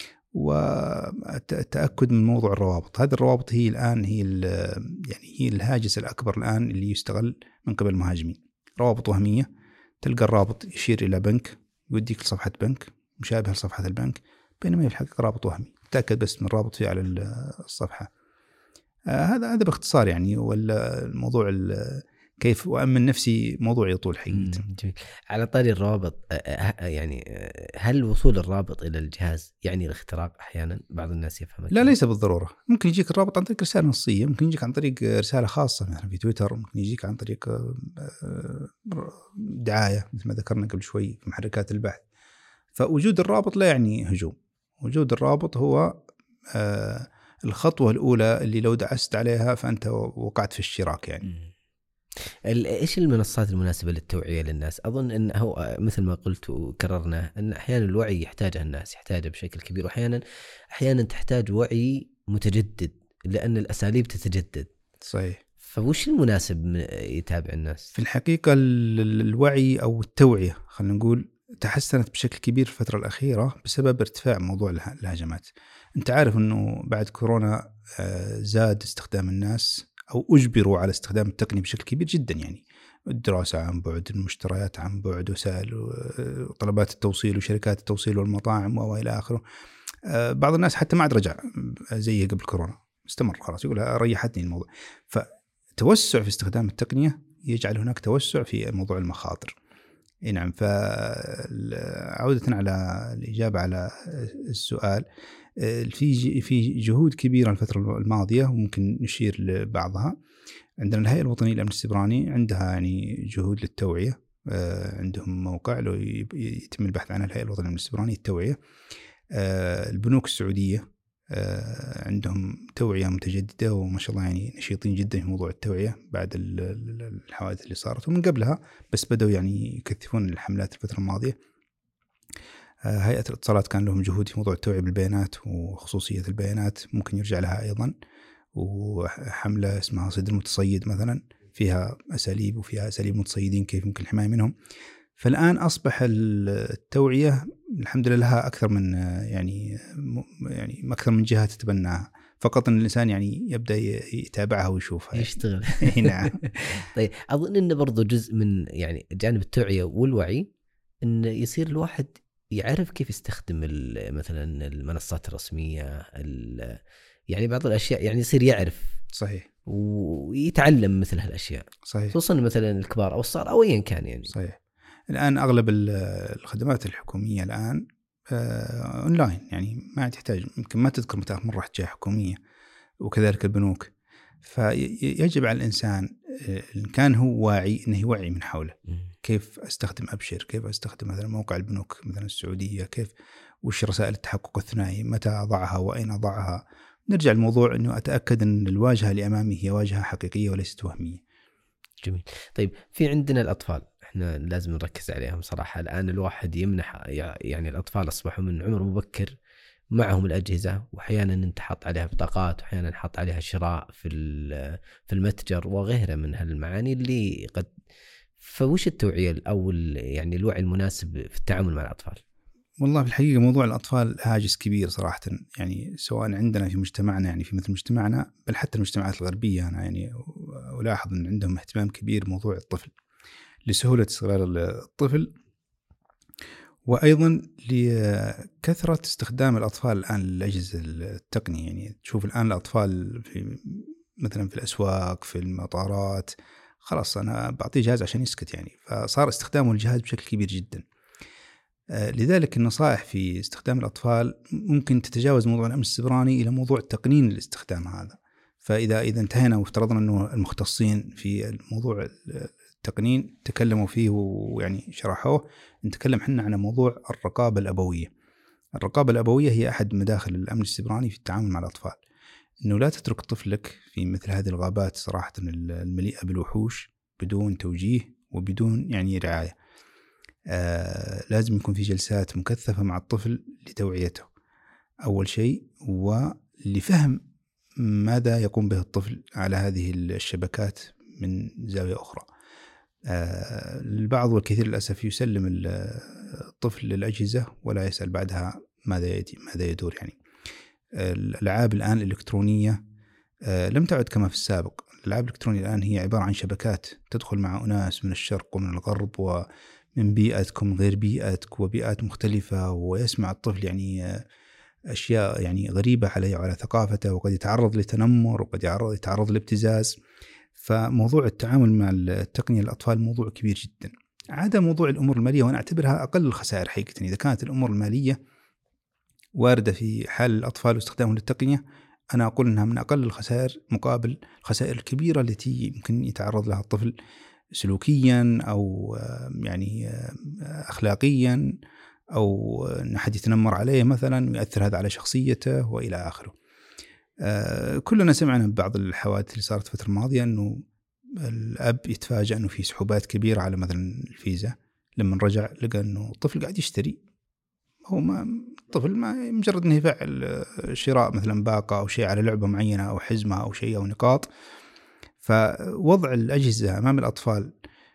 والتأكد من موضوع الروابط، هذه الروابط هي الآن هي يعني هي الهاجس الأكبر الآن اللي يستغل من قبل المهاجمين. روابط وهمية، تلقى الرابط يشير إلى بنك يوديك لصفحة بنك مشابهة لصفحة البنك، بينما هي في الحقيقة رابط وهمي، تأكد بس من الرابط فيه على الصفحة. آه هذا هذا باختصار يعني. ولا الموضوع كيف وأمن نفسي موضوع يطول حقيقة. على طاري الروابط، يعني هل وصول الرابط إلى الجهاز يعني الاختراق أحيانا؟ بعض الناس يفهم. لا ليس بالضرورة، ممكن يجيك الرابط عن طريق رسالة نصية، ممكن يجيك عن طريق رسالة خاصة مثلا في تويتر، ممكن يجيك عن طريق دعاية مثل ما ذكرنا قبل شوي في محركات البحث. فوجود الرابط لا يعني هجوم، وجود الرابط هو آه الخطوة الأولى اللي لو دعست عليها فأنت وقعت في الشراك يعني. إيش المنصات المناسبة للتوعية للناس؟ أظن أن هو مثل ما قلت وكررنا أن أحيانا الوعي يحتاجه الناس، يحتاجه بشكل كبير، وأحيانا أحيانا تحتاج وعي متجدد لأن الأساليب تتجدد. صحيح. فوش المناسب يتابع الناس؟ في الحقيقة الوعي أو التوعية خلينا نقول تحسنت بشكل كبير في الفترة الأخيرة بسبب ارتفاع موضوع الهجمات. أنت عارف أنه بعد كورونا زاد استخدام الناس أو أجبروا على استخدام التقنية بشكل كبير جدا، يعني الدراسة عن بعد، المشتريات عن بعد، وسائل طلبات التوصيل وشركات التوصيل والمطاعم وإلى آخره. بعض الناس حتى ما عاد رجع زي قبل كورونا، استمر خلاص يقول ريحتني الموضوع. فتوسع في استخدام التقنية يجعل هناك توسع في موضوع المخاطر. نعم. فعودة على الإجابة على السؤال، في في جهود كبيرة الفترة الماضية وممكن نشير لبعضها. عندنا الهيئة الوطنية للأمن السبراني عندها يعني جهود للتوعية، عندهم موقع لو يتم البحث عنه، الهيئة الوطنية للأمن السبراني التوعية. البنوك السعودية عندهم توعية متجددة وما شاء الله يعني نشيطين جدا في موضوع التوعية بعد الحوادث اللي صارت، ومن قبلها بس بدأوا يعني يكثفون الحملات الفترة الماضية. هيئة الاتصالات كان لهم جهود في موضوع التوعية بالبيانات وخصوصية البيانات، ممكن يرجع لها أيضا. وحملة اسمها صيد المتصيد مثلا، فيها أساليب وفيها أساليب متصيدين كيف يمكن الحماية منهم. فالآن أصبح التوعية الحمد لله لها أكثر من يعني يعني أكثر من جهة تتبناها، فقط أن الإنسان يعني يبدأ يتابعها ويشوفها يشتغل. نعم. طيب أظن إنه برضو جزء من يعني جانب التوعية والوعي إن يصير الواحد يعرف كيف يستخدم مثلا المنصات الرسمية، يعني بعض الأشياء يعني يصير يعرف. صحيح. ويتعلم مثل هالأشياء. صحيح. خصوصا مثلا الكبار أو الصغار أو أيا كان يعني. صحيح. الآن أغلب الخدمات الحكومية الآن آه أونلاين، يعني ما تحتاج، يمكن ما تذكر متى مرة رحت جهة حكومية، وكذلك البنوك. فيجب على الإنسان إن كان هو واعي إنه يوعي من حوله. كيف أستخدم أبشر، كيف أستخدم مثلا موقع البنوك مثلا السعودية، كيف وش رسائل التحقق الثنائي، متى أضعها وأين أضعها. نرجع الموضوع إنه أتأكد أن الواجهة اللي أمامي هي واجهة حقيقية وليست وهمية. جميل. طيب في عندنا الأطفال، احنا لازم نركز عليهم صراحة. الآن الواحد يمنح يعني الأطفال أصبحوا من عمر مبكر معهم الأجهزة، وأحيانا نحط عليها بطاقات، وأحيانا نحط عليها شراء في في المتجر وغيرها من هالمعاني اللي قد. فوش التوعية أو يعني الوعي المناسب في التعامل مع الأطفال؟ والله في الحقيقة موضوع الأطفال هاجس كبير صراحة، يعني سواء عندنا في مجتمعنا يعني في مثل مجتمعنا، بل حتى المجتمعات الغربية. أنا يعني ألاحظ أن عندهم اهتمام كبير بموضوع الطفل لسهولة استغلال الطفل، وأيضا لكثرة استخدام الأطفال الآن للأجهزة التقنية. يعني تشوف الآن الأطفال في مثلا في الأسواق، في المطارات، خلاص أنا بعطيه جهاز عشان يسكت يعني، فصار استخدامه الجهاز بشكل كبير جدا. لذلك النصائح في استخدام الأطفال ممكن تتجاوز موضوع الأمن السبراني إلى موضوع التقنين الاستخدام هذا. فإذا إذا انتهينا وافترضنا أنه المختصين في الموضوع التقنين تكلموا فيه ويعني شرحوه، نتكلم حنا عن موضوع الرقابة الأبوية. الرقابة الأبوية هي أحد مداخل الأمن السيبراني في التعامل مع الأطفال، أنه لا تترك طفلك في مثل هذه الغابات صراحة المليئة بالوحوش بدون توجيه وبدون يعني رعاية. آه لازم يكون في جلسات مكثفة مع الطفل لتوعيته أول شيء، ولفهم ماذا يقوم به الطفل على هذه الشبكات من زاوية أخرى. آه البعض والكثير للأسف يسلم الطفل للأجهزة ولا يسأل بعدها ماذا ماذا يدور. يعني الألعاب الآن الإلكترونية آه لم تعد كما في السابق. الألعاب الإلكترونية الآن هي عبارة عن شبكات تدخل مع أناس من الشرق ومن الغرب ومن بيئتكم غير بيئتك وبيئات مختلفة، ويسمع الطفل يعني آه أشياء يعني غريبة عليه وعلى ثقافته، وقد يتعرض لتنمر وقد يتعرض لابتزاز. فموضوع التعامل مع التقنية للأطفال موضوع كبير جدا. عدا موضوع الأمور المالية، وأنا أعتبرها أقل الخسائر حقيقة. إذا كانت الأمور المالية واردة في حال الأطفال واستخدامهم للتقنية، أنا أقول أنها من أقل الخسائر مقابل الخسائر الكبيرة التي يمكن يتعرض لها الطفل سلوكيا أو يعني أخلاقيا، أو أن أحد يتنمر عليه مثلا ويؤثر هذا على شخصيته وإلى آخره. آه كلنا سمعنا ببعض الحوادث اللي صارت الفترة الماضية أنه الأب يتفاجأ أنه في سحوبات كبيرة على مثلا الفيزا، لما رجع لقى أنه الطفل قاعد يشتري. هو ما الطفل ما مجرد أنه يفعل شراء مثلا باقة أو شيء على لعبة معينة أو حزمة أو شيء أو نقاط. فوضع الأجهزة أمام الأطفال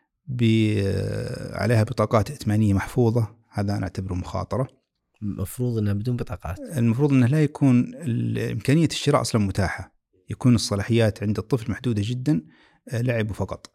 عليها بطاقات ائتمانية محفوظة، هذا أنا أعتبره مخاطرة. المفروض أنها بدون بطاقات، المفروض أنه لا يكون إمكانية الشراء أصلا متاحة، يكون الصلاحيات عند الطفل محدودة جدا، لعب فقط.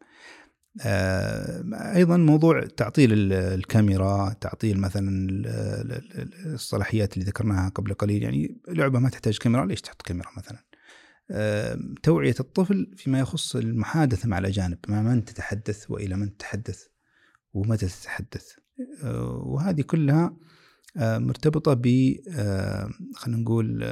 أيضا موضوع تعطيل الكاميرا، تعطيل مثلا الصلاحيات اللي ذكرناها قبل قليل. يعني لعبة ما تحتاج كاميرا، ليش تحط كاميرا مثلا؟ توعية الطفل فيما يخص المحادثة مع الأجانب، مع من تتحدث وإلى من تتحدث ومتى تتحدث. وهذه كلها مرتبطة ب خلينا نقول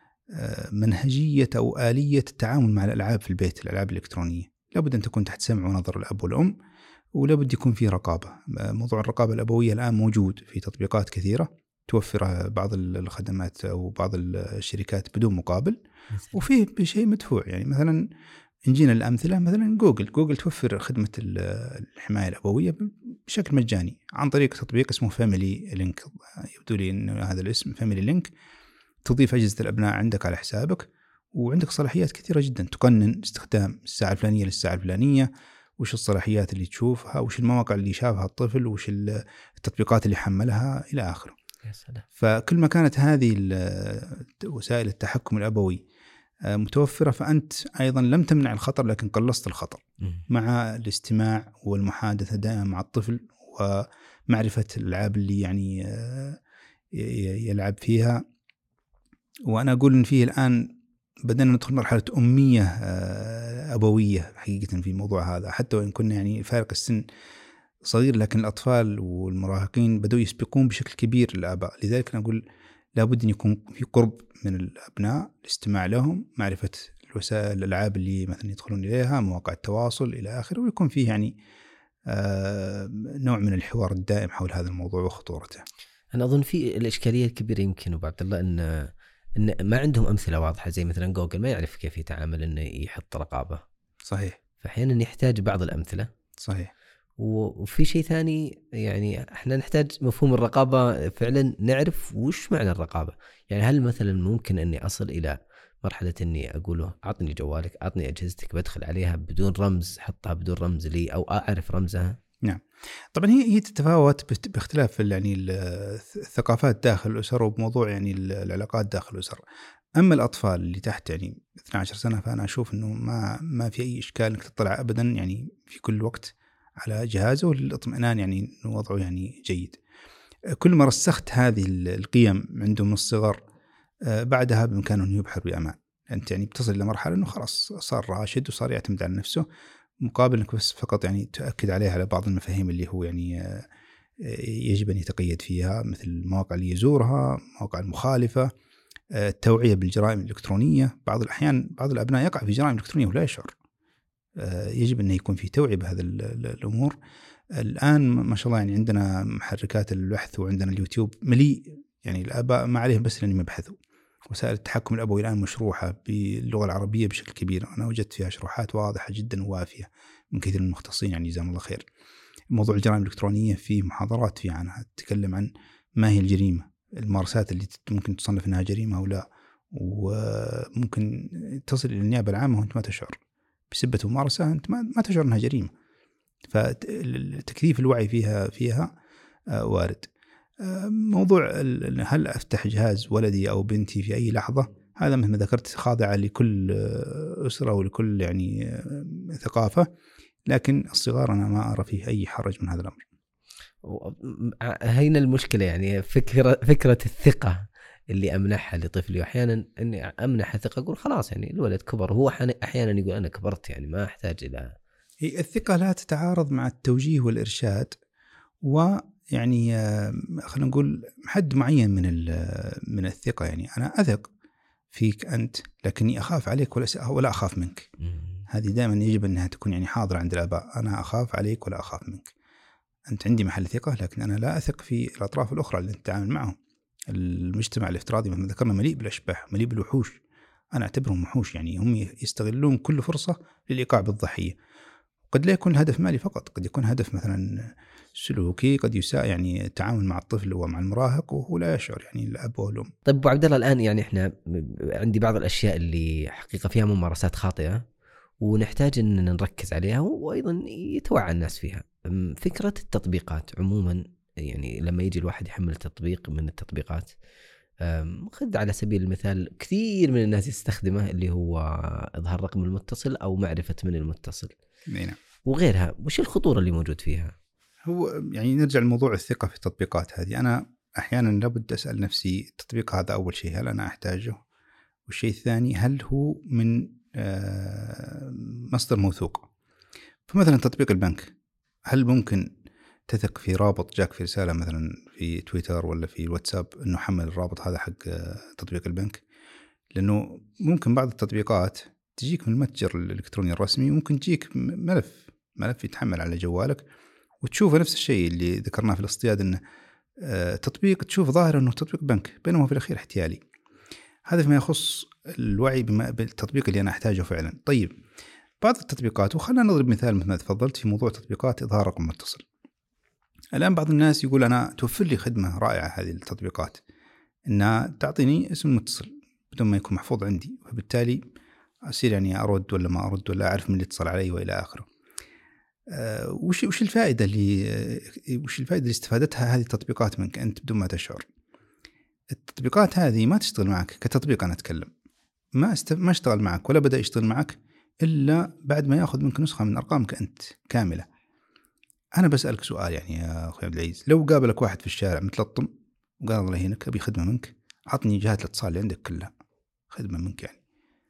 منهجية أو آلية التعامل مع الألعاب في البيت. الألعاب الإلكترونية لابد أن تكون تحت سمع ونظر الأب والأم، ولابد يكون فيه رقابة. موضوع الرقابة الأبوية الآن موجود في تطبيقات كثيرة توفر بعض الخدمات أو بعض الشركات بدون مقابل، وفيه بشيء مدفوع. يعني مثلا نجينا الأمثلة، مثلا جوجل جوجل توفر خدمة الحماية الأبوية بشكل مجاني عن طريق تطبيق اسمه فاميلي لينك. يبدو لي أن هذا الاسم فاميلي لينك. تضيف أجهزة الأبناء عندك على حسابك، وعندك صلاحيات كثيرة جدا. تقنن استخدام الساعة الفلانية للساعة الفلانية، وش الصلاحيات اللي تشوفها، وش المواقع اللي شافها الطفل، وش التطبيقات اللي حملها إلى آخره. يا سلام. فكل ما كانت هذه وسائل التحكم الأبوي متوفرة، فأنت أيضا لم تمنع الخطر لكن قلصت الخطر، مع الاستماع والمحادثة دائما مع الطفل، ومعرفة الألعاب اللي يعني يلعب فيها. وأنا أقول إن فيه الآن بدأنا ندخل مرحلة أمية أبوية حقيقة في موضوع هذا، حتى وإن كنا يعني فارق السن صغير، لكن الأطفال والمراهقين بدأوا يسبقون بشكل كبير الآباء. لذلك أنا أقول لابد أن يكون في قرب من الأبناء، الاستماع لهم، معرفة الوسائل الألعاب اللي مثلا يدخلون إليها، مواقع التواصل إلى آخره، ويكون فيه يعني آه نوع من الحوار الدائم حول هذا الموضوع وخطورته. أنا أظن في الإشكالية الكبيرة يمكن أبو عبد الله إن إن ما عندهم أمثلة واضحة، زي مثلا جوجل ما يعرف كيف يتعامل إنه يحط رقابة. صحيح. فأحيانا يحتاج بعض الأمثلة. صحيح. وفي شيء ثاني، يعني احنا نحتاج مفهوم الرقابة فعلا، نعرف وش معنى الرقابة. يعني هل مثلا ممكن أني أصل إلى مرحلة أني أقوله أعطني جوالك، أعطني أجهزتك، بدخل عليها بدون رمز، حطها بدون رمز لي أو أعرف رمزها؟ نعم. طبعا هي هي تتفاوت باختلاف يعني الثقافات داخل الأسر، وبموضوع يعني العلاقات داخل الأسر. أما الأطفال اللي تحت يعني اثنتي عشرة سنة، فأنا أشوف إنه ما ما في أي إشكال إنك تطلع أبدا يعني في كل وقت على جهازه للاطمئنان، يعني إنه وضعه يعني جيد. كل ما رسخت هذه القيم عنده من الصغر، بعدها بإمكانه أن يبحر بأمان. أنت يعني بتصل إلى مرحلة إنه خلاص صار راشد وصار يعتمد على نفسه، مقابل إنك بس فقط يعني تأكد عليه على بعض المفاهيم اللي هو يعني يجب أن يتقيد فيها، مثل المواقع اللي يزورها، مواقع المخالفة، التوعية بالجرائم الإلكترونية. بعض الأحيان بعض الأبناء يقع في جرائم إلكترونية ولا يشعر. يجب أن يكون في توعية بهذا الأمور. الآن ما شاء الله يعني عندنا محركات البحث، وعندنا اليوتيوب مليء يعني الآباء ما عليهم بس لأنهم يبحثوا. وسائل التحكم الأبوي الآن مشروحة باللغة العربية بشكل كبير، أنا وجدت فيها شروحات واضحة جدا ووافية من كثير من المختصين يعني جزاهم الله خير. موضوع الجرائم الإلكترونية في محاضرات في عنها تتكلم عن ما هي الجريمة، الممارسات اللي ممكن تصنف أنها جريمة أو لا، وممكن تصل إلى النيابة العامة وأنت ما تشعر بسبة ممارسة أنت ما تشعر أنها جريمة. فتكثيف الوعي فيها فيها وارد. موضوع هل أفتح جهاز ولدي أو بنتي في أي لحظة، هذا مثل ما ذكرت خاضع لكل أسرة ولكل يعني ثقافة، لكن الصغار أنا ما أرى فيه أي حرج من هذا الأمر. هنا المشكلة يعني فكرة فكرة الثقة اللي أمنحها لطفلي، وأحيانا إني أمنح الثقة أقول خلاص يعني الولد كبر، هو أحيانا يقول أنا كبرت يعني ما أحتاج إلى. هي الثقة لا تتعارض مع التوجيه والإرشاد، ويعني خلينا نقول حد معين من من الثقة. يعني أنا أثق فيك أنت لكني أخاف عليك ولا ولا أخاف منك. هذه دائما يجب أنها تكون يعني حاضرة عند الآباء. أنا أخاف عليك ولا أخاف منك. أنت عندي محل ثقة لكن أنا لا أثق في الأطراف الأخرى اللي أنت تتعامل معهم. المجتمع الافتراضي مثل ما ذكرنا مليء بالأشباح، مليء بالوحوش. أنا أعتبرهم وحوش، يعني هم يستغلون كل فرصة للإيقاع بالضحية. قد لا يكون هدف مالي فقط، قد يكون هدف مثلا سلوكي، قد يساء يعني التعامل مع الطفل ومع المراهق وهو لا يشعر، يعني الأب والأم. طيب أبو عبد الله، الآن يعني إحنا عندي بعض الأشياء اللي حقيقة فيها ممارسات خاطئة ونحتاج أن نركز عليها وأيضا يتوعى الناس فيها. فكرة التطبيقات عموما، يعني لما يجي الواحد يحمل تطبيق من التطبيقات، خذ على سبيل المثال كثير من الناس يستخدمه اللي هو إظهار رقم المتصل أو معرفة من المتصل نعم. وغيرها، وش الخطورة اللي موجود فيها؟ هو يعني نرجع لموضوع الثقة في التطبيقات هذه. أنا أحيانا لابد أسأل نفسي التطبيق هذا أول شيء هل أنا أحتاجه، والشيء الثاني هل هو من مصدر موثوق. فمثلا تطبيق البنك، هل ممكن تثق في رابط جاك في رسالة مثلا في تويتر ولا في الواتساب أنه حمل الرابط هذا حق تطبيق البنك؟ لأنه ممكن بعض التطبيقات تجيك من المتجر الإلكتروني الرسمي، وممكن تجيك ملف ملف يتحمل على جوالك وتشوف نفس الشيء اللي ذكرناه في الاصطياد، أنه تطبيق تشوف ظاهر أنه تطبيق بنك بينما في الأخير احتيالي. هذا فيما يخص الوعي بالتطبيق اللي أنا أحتاجه فعلا. طيب بعض التطبيقات، وخلنا نضرب مثال مثل ما تفضلت في موضوع تطبيقات إظهار رقم متصل. الآن بعض الناس يقول أنا توفر لي خدمة رائعة هذه التطبيقات، إنها تعطيني اسم المتصل بدون ما يكون محفوظ عندي، وبالتالي أصير يعني أرد ولا ما أرد ولا أعرف من اللي اتصل علي وإلى آخره. أه وش وش الفائدة اللي وش الفائدة اللي استفادتها هذه التطبيقات منك أنت بدون ما تشعر؟ التطبيقات هذه ما تشتغل معك كتطبيق. أنا أتكلم ما است... ما اشتغل معك ولا بدأ يشتغل معك إلا بعد ما يأخذ منك نسخة من أرقامك أنت كاملة. أنا بسألك سؤال يعني يا أخوي عبد العزيز، لو قابلك واحد في الشارع متلطم وقال الله يهينك أبي خدمة منك، عطني جهات الاتصال اللي عندك كلها خدمة منك، يعني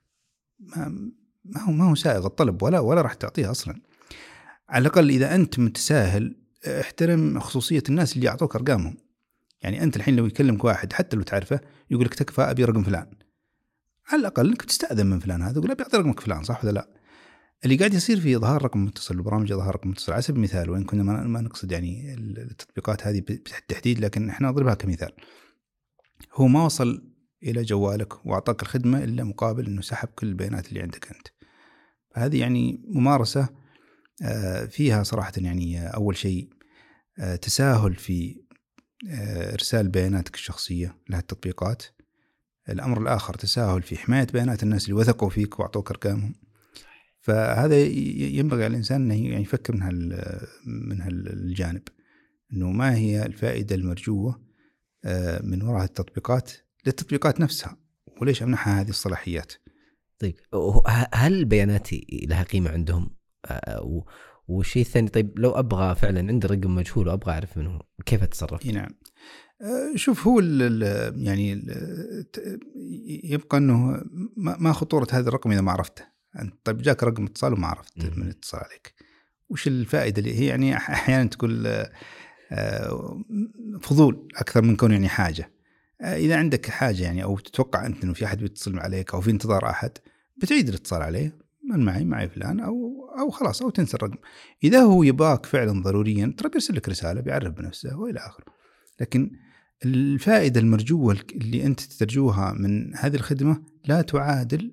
ما ما هو ما هو سائغ الطلب ولا ولا راح تعطيها أصلا. على الأقل إذا أنت متساهل احترم خصوصية الناس اللي يعطوك أرقامهم. يعني أنت الحين لو يكلمك واحد حتى لو تعرفه يقول لك تكفى أبي رقم فلان، على الأقل إنك تستأذن من فلان هذا يقول أبي أعطي رقمك فلان، صح ولا لا؟ اللي قاعد يصير في إظهار رقم متصل وبرامج إظهار رقم متصل على سبيل المثال، وإن كنا ما نقصد يعني التطبيقات هذه بالتحديد لكن إحنا نضربها كمثال، هو ما وصل إلى جوالك وأعطاك الخدمة إلا مقابل إنه سحب كل البيانات اللي عندك أنت. فهذه يعني ممارسة فيها صراحة يعني أول شيء تساهل في إرسال بياناتك الشخصية لها التطبيقات. الأمر الآخر تساهل في حماية بيانات الناس اللي وثقوا فيك وأعطوك أرقامهم. فهذا ينبغي على الإنسان أن يعني يفكر من هال من هالجانب، إنه ما هي الفائدة المرجوة من وراء التطبيقات للتطبيقات نفسها، وليش أمنحها هذه الصلاحيات. طيب هل بياناتي لها قيمة عندهم؟ والشيء الثاني، طيب لو أبغى فعلا عندي رقم مجهول وأبغى أعرف منه كيف أتصرف؟ نعم، شوف هو ال يعني ال يبقى أنه ما خطورة هذا الرقم إذا ما عرفته أنت. طيب جاك رقم اتصال وما عرفت من الاتصال عليك، وش الفائدة اللي هي يعني أحيانا تقول فضول أكثر من كون يعني حاجة. إذا عندك حاجة يعني أو تتوقع أنت إنه في أحد بيتصل عليك أو في انتظار أحد، بتعيد الاتصال عليه من معي معي فلان أو أو خلاص أو تنسى الرقم. إذا هو يباك فعلا ضروريا ترى بيرسل لك رسالة بيعرف بنفسه وإلى آخره. لكن الفائدة المرجوة اللي أنت ترجوها من هذه الخدمة لا تعادل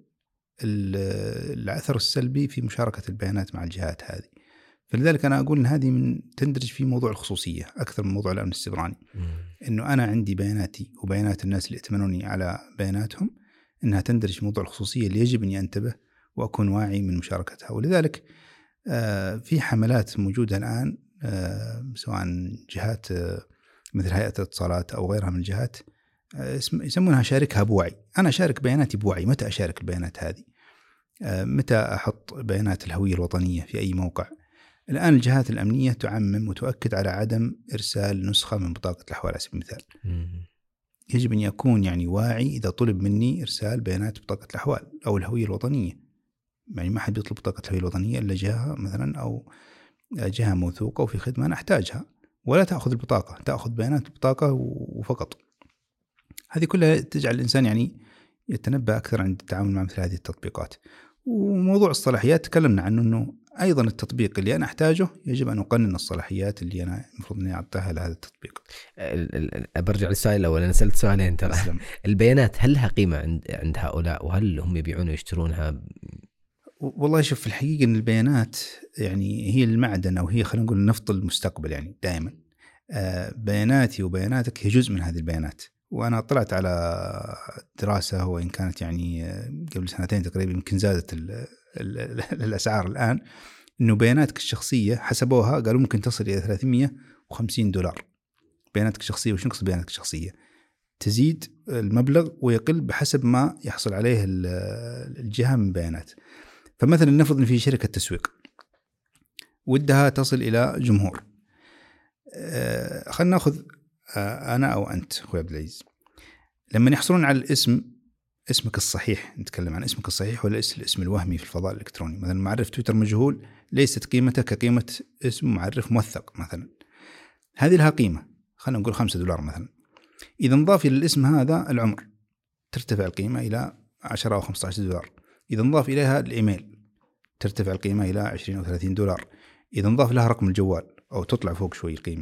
الأثر السلبي في مشاركة البيانات مع الجهات هذه. فلذلك أنا أقول أن هذه من تندرج في موضوع الخصوصية أكثر من موضوع الأمن السيبراني. إنه أنا عندي بياناتي وبيانات الناس اللي ائتمنوني على بياناتهم، إنها تندرج في موضوع الخصوصية اللي يجب أني أنتبه وأكون واعي من مشاركتها. ولذلك في حملات موجودة الآن سواء جهات مثل هيئة الاتصالات أو غيرها من الجهات يسمونها شاركها بوعي. أنا أشارك بياناتي بوعي. متى أشارك البيانات هذه؟ متى أحط بيانات الهوية الوطنية في أي موقع؟ الآن الجهات الأمنية تعمم وتؤكد على عدم إرسال نسخة من بطاقة الأحوال على سبيل المثال. يجب أن يكون يعني واعي إذا طلب مني إرسال بيانات بطاقة الأحوال أو الهوية الوطنية. يعني ما حد يطلب بطاقة الهوية الوطنية إلا جهة مثلا أو جهة موثوقة وفي خدمة أنا أحتاجها، ولا تأخذ البطاقة، تأخذ بيانات البطاقة وفقط. هذه كلها تجعل الإنسان يعني يتنبه أكثر عند التعامل مع مثل هذه التطبيقات. وموضوع الصلاحيات تكلمنا عنه، أنه أيضا التطبيق اللي أنا أحتاجه يجب أن أقنن الصلاحيات اللي أنا المفروض أني أعطيها لهذا التطبيق. برجع للسؤال الأول، أنا سألت سؤالين ترى. البيانات هل لها قيمة عند عند هؤلاء، وهل هم يبيعون ويشترونها؟ والله شوف، في الحقيقة أن البيانات يعني هي المعدن، أو هي خلينا نقول نفط المستقبل. يعني دائما بياناتي وبياناتك هي جزء من هذه البيانات. وأنا طلعت على دراسة وإن كانت يعني قبل سنتين تقريبا، يمكن زادت ال ال ال الأسعار الآن، إنه بياناتك الشخصية حسبوها قالوا ممكن تصل إلى ثلاثمية وخمسين دولار. بياناتك الشخصية، وش نقصد بياناتك الشخصية؟ تزيد المبلغ ويقل بحسب ما يحصل عليه الجهة من بيانات. فمثلا نفرض إن في شركة تسويق ودها تصل إلى جمهور، أه خلنا نأخذ أه أنا أو أنت أخوي عبد العزيز، لما يحصلون على الاسم، اسمك الصحيح، نتكلم عن اسمك الصحيح ولا الاسم الوهمي في الفضاء الإلكتروني. مثلا معرف تويتر مجهول ليست قيمته كقيمة اسم معرف موثق مثلا، هذه لها قيمة، خلنا نقول خمسة دولار مثلا. إذا نضاف إلى الاسم هذا العمر ترتفع القيمة إلى عشرة أو خمسة عشر دولار. إذا نضاف إليها الإيميل ترتفع القيمة إلى عشرين أو ثلاثين دولار. إذا نضاف لها رقم الجوال أو تطلع فوق شوي القيمة.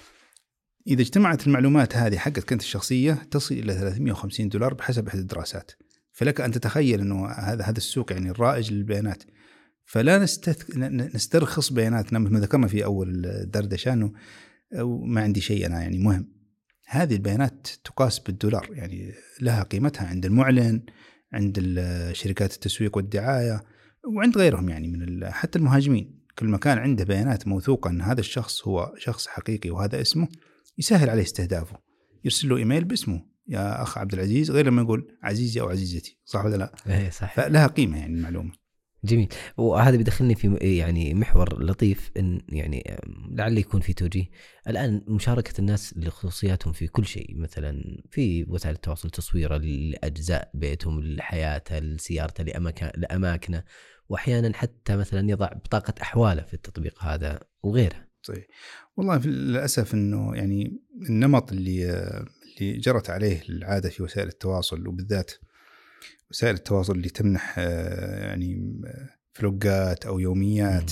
إذا اجتمعت المعلومات هذه حقت كنت الشخصية تصل إلى ثلاثمية وخمسين دولار بحسب إحدى الدراسات. فلك أن تتخيل أنه هذا هذا السوق يعني الرائج للبيانات. فلا نستث... نسترخص بياناتنا مثل ما ذكرنا في أول الدردشة، أنه ما عندي شيء أنا يعني مهم. هذه البيانات تقاس بالدولار، يعني لها قيمتها عند المعلن، عند شركات التسويق والدعاية، وعند غيرهم يعني من حتى المهاجمين. كل ما كان عنده بيانات موثوقة أن هذا الشخص هو شخص حقيقي وهذا اسمه، يسهل عليه استهدافه. يرسل له إيميل باسمه يا أخ عبد العزيز، غير لما يقول عزيزي أو عزيزتي، صح ولا لا؟ إيه صح. فلها قيمة يعني المعلومة. جميل. وهذا بيدخلني في يعني محور لطيف، إن يعني لعل يكون في توجيه. الآن مشاركة الناس لخصوصياتهم في كل شيء، مثلا في وسائل التواصل، تصويره لأجزاء بيتهم، لحياته، لسيارته، لأماكنه، وأحيانا حتى مثلا يضع بطاقة أحواله في التطبيق هذا وغيره. صحيح. والله للأسف إنه يعني النمط اللي اللي جرت عليه العادة في وسائل التواصل، وبالذات وسائل التواصل اللي تمنح يعني فلوجات أو يوميات،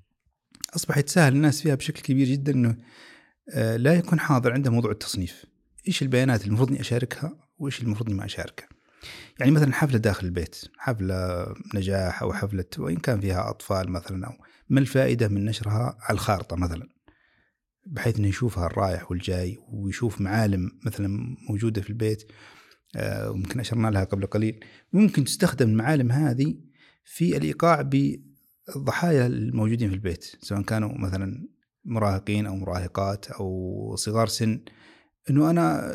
أصبح يتساهل الناس فيها بشكل كبير جدا، إنه لا يكون حاضر عنده موضوع التصنيف. إيش البيانات اللي المفروض إني أشاركها وإيش اللي المفروض إني ما أشاركها. يعني مثلا حفلة داخل البيت، حفلة نجاح أو حفلة وإن كان فيها أطفال مثلا، أو ما الفائدة من نشرها على الخارطة مثلا، بحيث إنه يشوفها الرايح والجاي ويشوف معالم مثلا موجودة في البيت، وممكن أشرنا لها قبل قليل. ممكن تستخدم المعالم هذه في الإيقاع بالضحايا الموجودين في البيت، سواء كانوا مثلا مراهقين أو مراهقات أو صغار سن، إنه أنا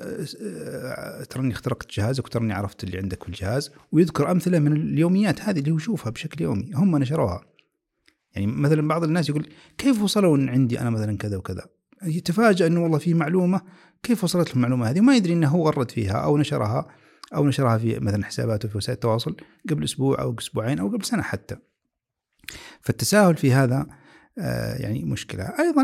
تراني اخترقت جهازك وتراني عرفت اللي عندك في الجهاز، ويذكر أمثلة من اليوميات هذه اللي هو يشوفها بشكل يومي هم نشروها. يعني مثلا بعض الناس يقول كيف وصلوا إن عندي أنا مثلا كذا وكذا، يتفاجأ إنه والله في معلومة كيف وصلت له المعلومة هذه، ما يدري إنه هو غرد فيها أو نشرها أو نشرها في مثلا حساباته في وسائل التواصل قبل أسبوع أو أسبوعين أو قبل سنة حتى. فالتساهل في هذا يعني مشكلة أيضا.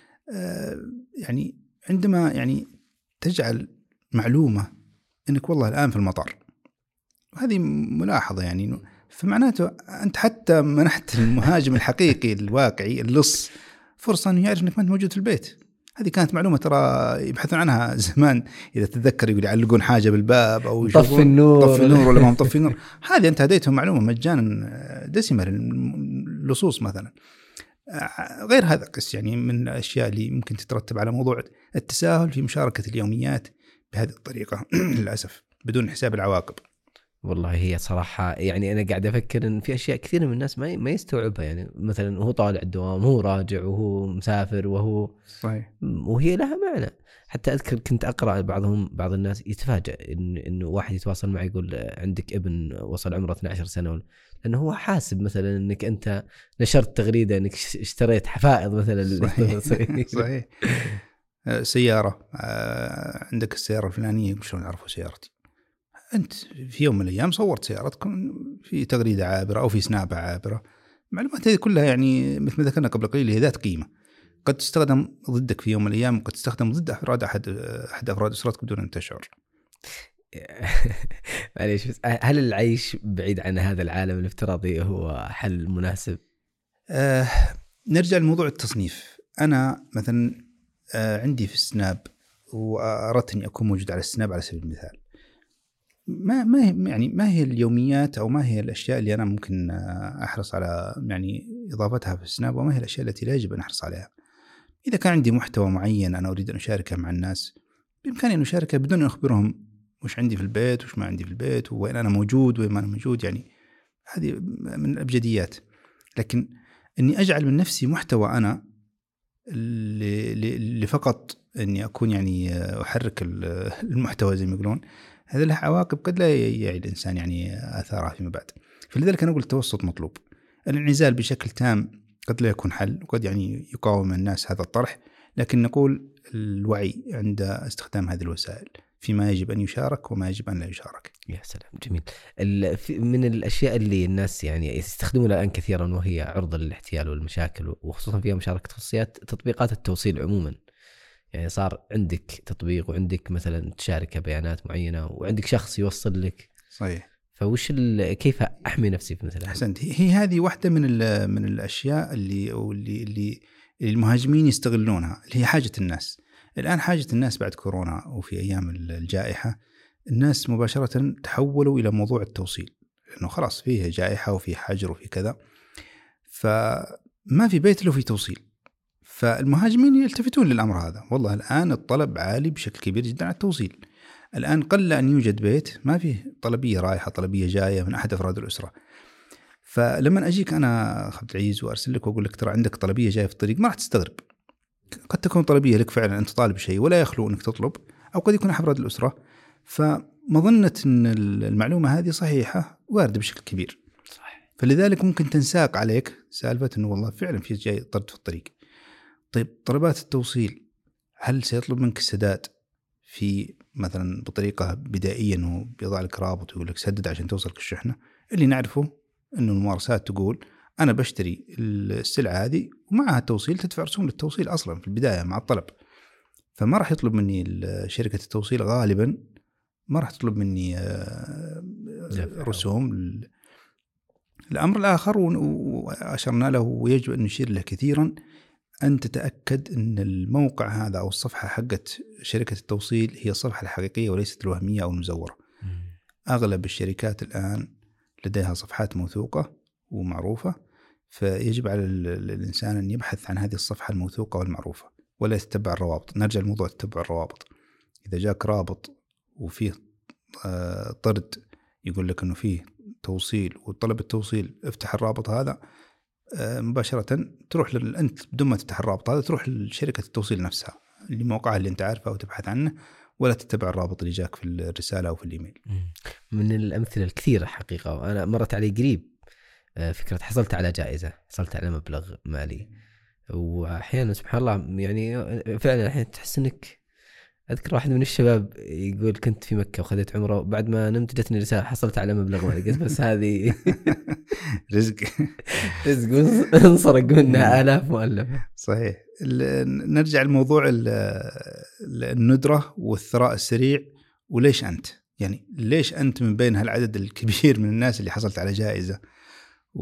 يعني عندما يعني تجعل معلومة إنك والله الآن في المطار، وهذه ملاحظة يعني، فمعناته أنت حتى منحت المهاجم الحقيقي الواقعي اللص فرصة أنه يعرف أنك ما أنت موجود في البيت. هذه كانت معلومة ترى يبحثون عنها زمان، إذا تتذكر يقول يعلقون حاجة بالباب أو طفي النور طفي النور ولا ما مطفي النور. هذه أنت هديتهم معلومة مجانا دسمة للصوص مثلا. غير هذا قس يعني من الأشياء اللي ممكن تترتب على موضوع التساهل في مشاركة اليوميات بهذه الطريقة للأسف بدون حساب العواقب. والله هي صراحة يعني أنا قاعد أفكر إن في أشياء كثيرة من الناس ما ما يستوعبها، يعني مثلا وهو طالع الدوام وهو راجع وهو مسافر وهو صحيح، وهي لها معنى. حتى أذكر كنت أقرأ بعضهم بعض الناس يتفاجأ إن إنه واحد يتواصل معي يقول عندك ابن وصل عمره اثنتي عشرة سنة، لأنه هو حاسب مثلا إنك أنت نشرت تغريدة إنك اشتريت حفائض مثلا. صحيح. صحيح. سيارة، عندك السيارة الفلانية، شلون عرفوا سيارتي؟ أنت في يوم من الأيام صورت سيارتكم في تغريدة عابرة أو في سنابة عابرة. المعلومات هذه كلها يعني مثل ما ذكرنا قبل قليل هي ذات قيمة، قد تستخدم ضدك في يوم من الأيام، وقد تستخدم ضد أفراد أحد أحد أفراد أسرتك بدون أن تشعر. معليش، هل العيش بعيد عن هذا العالم الافتراضي هو حل مناسب؟ آه نرجع لموضوع التصنيف. أنا مثلا آه عندي في السناب وأردت أن أكون موجود على السناب على سبيل المثال، ما ما هي يعني ما هي اليوميات أو ما هي الأشياء اللي أنا ممكن أحرص على يعني إضافتها في السناب، وما هي الأشياء التي لا يجب أن أحرص عليها. إذا كان عندي محتوى معين أنا أريد أن أشاركه مع الناس، بإمكاني أن أشاركه بدون أن أخبرهم وش عندي في البيت وش ما عندي في البيت وين أنا موجود وين ما أنا موجود. يعني هذه من الأبجديات. لكن أني أجعل من نفسي محتوى أنا اللي فقط أني أكون يعني أحرك المحتوى زي ما يقولون، هذا له عواقب قد لا يعي الإنسان يعني آثارها فيما بعد. فلذلك أنا أقول التوسط مطلوب. الانعزال بشكل تام قد لا يكون حل، وقد يعني يقاوم الناس هذا الطرح، لكن نقول الوعي عند استخدام هذه الوسائل فيما يجب أن يشارك وما يجب أن لا يشارك. يا سلام، جميل. من الأشياء اللي الناس يعني يستخدمونها الآن كثيرا وهي عرضة للاحتيال والمشاكل، وخصوصا فيها مشاركة خصوصيات، تطبيقات التوصيل عموما. يعني صار عندك تطبيق وعندك مثلا تشارك بيانات معينة وعندك شخص يوصل لك. صحيح. فوش كيف أحمي نفسي في مثل هذا؟ أحسنت. هي هذه واحدة من من الأشياء اللي اللي اللي المهاجمين يستغلونها، اللي هي حاجة الناس. الآن حاجة الناس بعد كورونا وفي أيام الجائحة، الناس مباشرة تحولوا إلى موضوع التوصيل، لأنه خلاص فيه جائحة وفيه حجر وفيه كذا، فما في بيت له في توصيل. فالمهاجمين يلتفتون للأمر هذا. والله الآن الطلب عالي بشكل كبير جدا على التوصيل. الآن قل أن يوجد بيت ما فيه طلبية رايحة طلبية جاية من أحد أفراد الأسرة. فلما أجيك أنا خالد العزيز وأرسل لك وأقول لك ترى عندك طلبية جاية في الطريق، ما راح تستغرب. قد تكون طلبية لك فعلا أنت طالب شيء ولا يخلو أنك تطلب، أو قد يكون أفراد الأسرة. فمظنة أن المعلومة هذه صحيحة واردة بشكل كبير. صح. فلذلك ممكن تنساق عليك سالفة أنه والله فعلا في جاي طرد في الطريق. طيب طلبات التوصيل، هل سيطلب منك السداد في مثلا بطريقة بدائية أنه بيضع لك رابط ويقول لك سدد عشان توصلك الشحنة؟ اللي نعرفه أنه الممارسات تقول أنا بشتري السلعة هذه ومعها التوصيل، تدفع رسوم للتوصيل أصلا في البداية مع الطلب. فما راح يطلب مني شركة التوصيل غالبا، ما راح تطلب مني رسوم. الأمر الآخر وأشرنا له ويجب أن نشير له كثيرا، أن تتأكد أن الموقع هذا أو الصفحة حقت شركة التوصيل هي الصفحة الحقيقية وليست الوهمية أو المزورة. أغلب الشركات الآن لديها صفحات موثوقة ومعروفة، فيجب على الإنسان أن يبحث عن هذه الصفحة الموثوقة والمعروفة ولا يتبع الروابط. نرجع لموضوع تتبع الروابط. إذا جاك رابط وفيه طرد يقول لك أنه فيه توصيل وطلب التوصيل، افتح الرابط هذا مباشرة، تروح لل... أنت بدون ما تفتح الرابط هذا تروح لشركة التوصيل نفسها اللي موقعها اللي أنت عارفه وتبحث عنه، ولا تتبع الرابط اللي جاك في الرسالة أو في الإيميل. من الأمثلة الكثيرة حقيقة، وأنا مرت علي قريب فكرة حصلت على جائزة، حصلت على مبلغ مالي، وأحيانا سبحان الله يعني فعلا أحيانا تحس إنك، أذكر واحد من الشباب يقول كنت في مكة وخذت عمره، بعد ما نمت جتني رسالة حصلت على مبلغ مالي. قلت بس هذه رزق رزق انصرق منها آلاف مؤلفة. صحيح. نرجع لموضوع الندرة والثراء السريع. وليش أنت يعني ليش أنت من بين هالعدد الكبير من الناس اللي حصلت على جائزة؟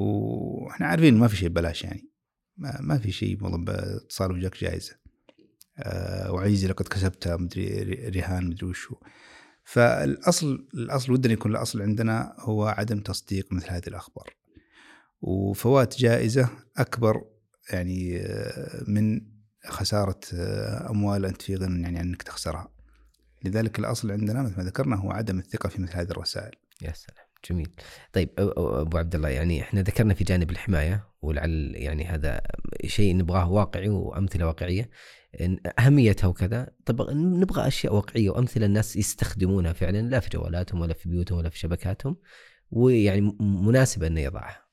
وإحنا عارفين ما في شيء ببلاش، يعني ما, ما في شيء والله باتصال وجاك جائزة. آه وعزيزي لقد كسبتها مدري رهان مدري وشو. فالأصل الأصل ودنا يكون الأصل عندنا هو عدم تصديق مثل هذه الأخبار، وفوات جائزة أكبر يعني من خسارة أموال أنت في غنى يعني أنك تخسرها. لذلك الأصل عندنا مثل ما ذكرنا هو عدم الثقة في مثل هذه الرسائل. يا سلام، جميل. طيب أبو عبد الله، يعني إحنا ذكرنا في جانب الحماية، ولعل يعني هذا شيء نبغاه واقعي وأمثلة واقعية أهميتها وكذا. طب نبغى أشياء واقعية وأمثلة الناس يستخدمونها فعلا، لا في جوالاتهم ولا في بيوتهم ولا في شبكاتهم، ويعني مناسبة أن يضعها.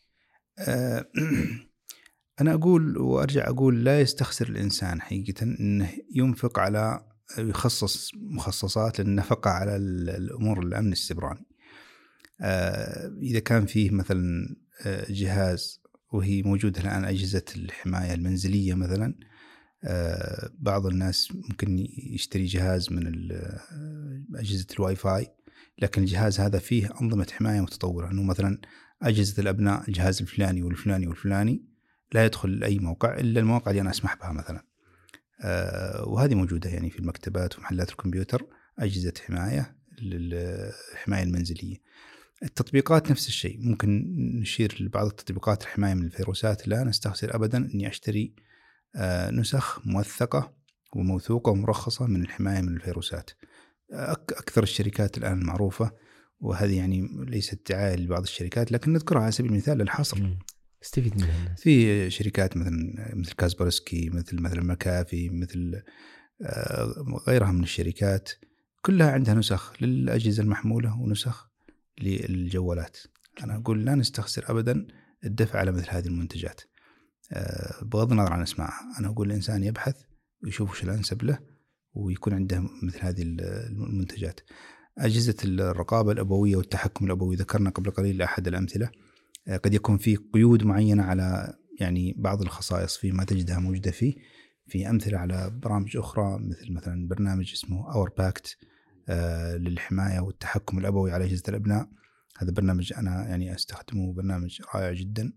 أنا أقول وأرجع أقول لا يستخسر الإنسان حقيقة أنه ينفق على يخصص مخصصات للنفقة على الأمور الأمن السيبراني. إذا كان فيه مثلا جهاز، وهي موجودة الآن أجهزة الحماية المنزلية مثلا، بعض الناس ممكن يشتري جهاز من أجهزة الواي فاي، لكن الجهاز هذا فيه أنظمة حماية متطورة، أنه مثلا أجهزة الأبناء الجهاز الفلاني والفلاني والفلاني لا يدخل أي موقع إلا المواقع اللي أنا أسمح بها مثلا. آه وهذه موجودة يعني في المكتبات ومحلات الكمبيوتر، أجهزة حماية للحماية المنزلية. التطبيقات نفس الشيء، ممكن نشير لبعض التطبيقات الحماية من الفيروسات. لا نستخسر أبدا أني أشتري آه نسخ موثقة وموثوقة ومرخصة من الحماية من الفيروسات. أك أكثر الشركات الآن المعروفة، وهذه يعني ليست دعاية لبعض الشركات لكن نذكرها على سبيل المثال للحصر، استفيد منها الناس. في شركات مثل مثل كاسبرسكي، مثل مثل مكافي، مثل غيرها من الشركات، كلها عندها نسخ للأجهزة المحمولة ونسخ للجوالات. أنا أقول لا نستخسر أبدا الدفع على مثل هذه المنتجات بغض النظر عن اسمها. أنا أقول الإنسان يبحث ويشوف وش الأنسب له ويكون عنده مثل هذه المنتجات. أجهزة الرقابة الأبوية والتحكم الأبوي ذكرنا قبل قليل أحد الأمثلة. قد يكون في قيود معينة على يعني بعض الخصائص فيما تجدها موجودة فيه. في أمثلة على برامج أخرى مثل مثلا برنامج اسمه Our Pact آه للحماية والتحكم الأبوي على أجهزة الأبناء. هذا برنامج أنا يعني أستخدمه، برنامج رائع جدا،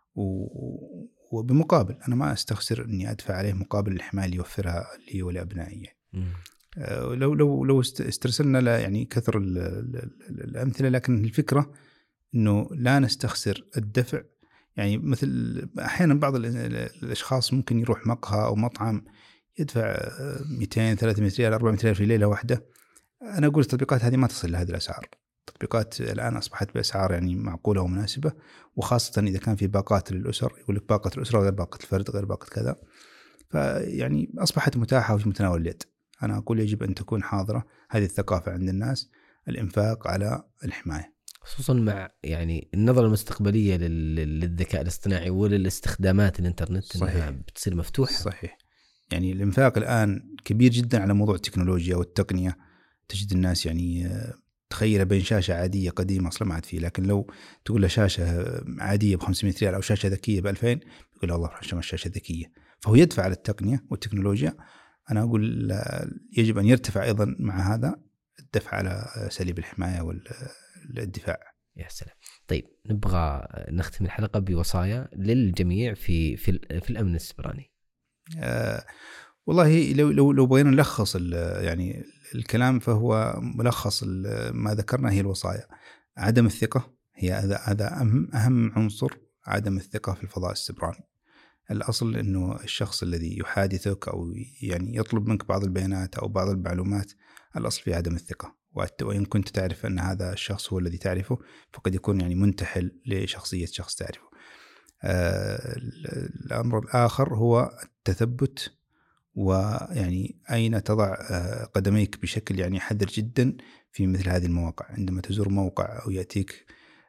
وبمقابل أنا ما أستخسر أني أدفع عليه مقابل الحماية اللي يوفرها لي ولأبنائي. آه لو لو لو استرسلنا لا يعني كثر ال ال الأمثلة، لكن الفكرة إنه لا نستخسر الدفع. يعني مثل أحيانا بعض الأشخاص ممكن يروح مقهى أو مطعم يدفع مئتين ثلاثمئة ريال أربعمئة ريال في ليلة واحدة. أنا أقول التطبيقات هذه ما تصل لهذه الأسعار. التطبيقات الآن أصبحت بأسعار يعني معقولة ومناسبة، وخاصة إذا كان في باقات للأسر، يقول لك باقة الأسرة غير باقة الفرد غير باقة كذا، فيعني أصبحت متاحة وفي متناول اليد. أنا أقول يجب أن تكون حاضرة هذه الثقافة عند الناس، الإنفاق على الحماية، خصوصا مع يعني النظرة المستقبلية للذكاء الاصطناعي وللاستخدامات الانترنت. صحيح. انها بتصير مفتوحة. صحيح. يعني الانفاق الآن كبير جدا على موضوع التكنولوجيا والتقنية. تجد الناس يعني تخيل بين شاشة عادية قديمة أصلا ما عاد فيه، لكن لو تقول له شاشة عادية بخمسمئة ريال أو شاشة ذكية بألفين يقول الله عشان الشاشة ذكية. فهو يدفع على التقنية والتكنولوجيا. أنا أقول يجب أن يرتفع أيضا مع هذا الدفع على سليب الحماية والدفاع. يا سلام. طيب نبغى نختم الحلقة بوصايا للجميع في في, في الأمن السيبراني. آه والله لو لو لو بغينا نلخص يعني الكلام، فهو ملخص ما ذكرنا هي الوصايا. عدم الثقة هي هذا هذا أهم أهم عنصر، عدم الثقة في الفضاء السيبراني. الأصل إنه الشخص الذي يحادثك أو يعني يطلب منك بعض البيانات أو بعض المعلومات، الأصل في عدم الثقة. وإن كنت تعرف أن هذا الشخص هو الذي تعرفه، فقد يكون يعني منتحل لشخصية شخص تعرفه. آه الأمر الآخر هو التثبت، ويعني أين تضع قدميك بشكل يعني حذر جدا في مثل هذه المواقع. عندما تزور موقع أو يأتيك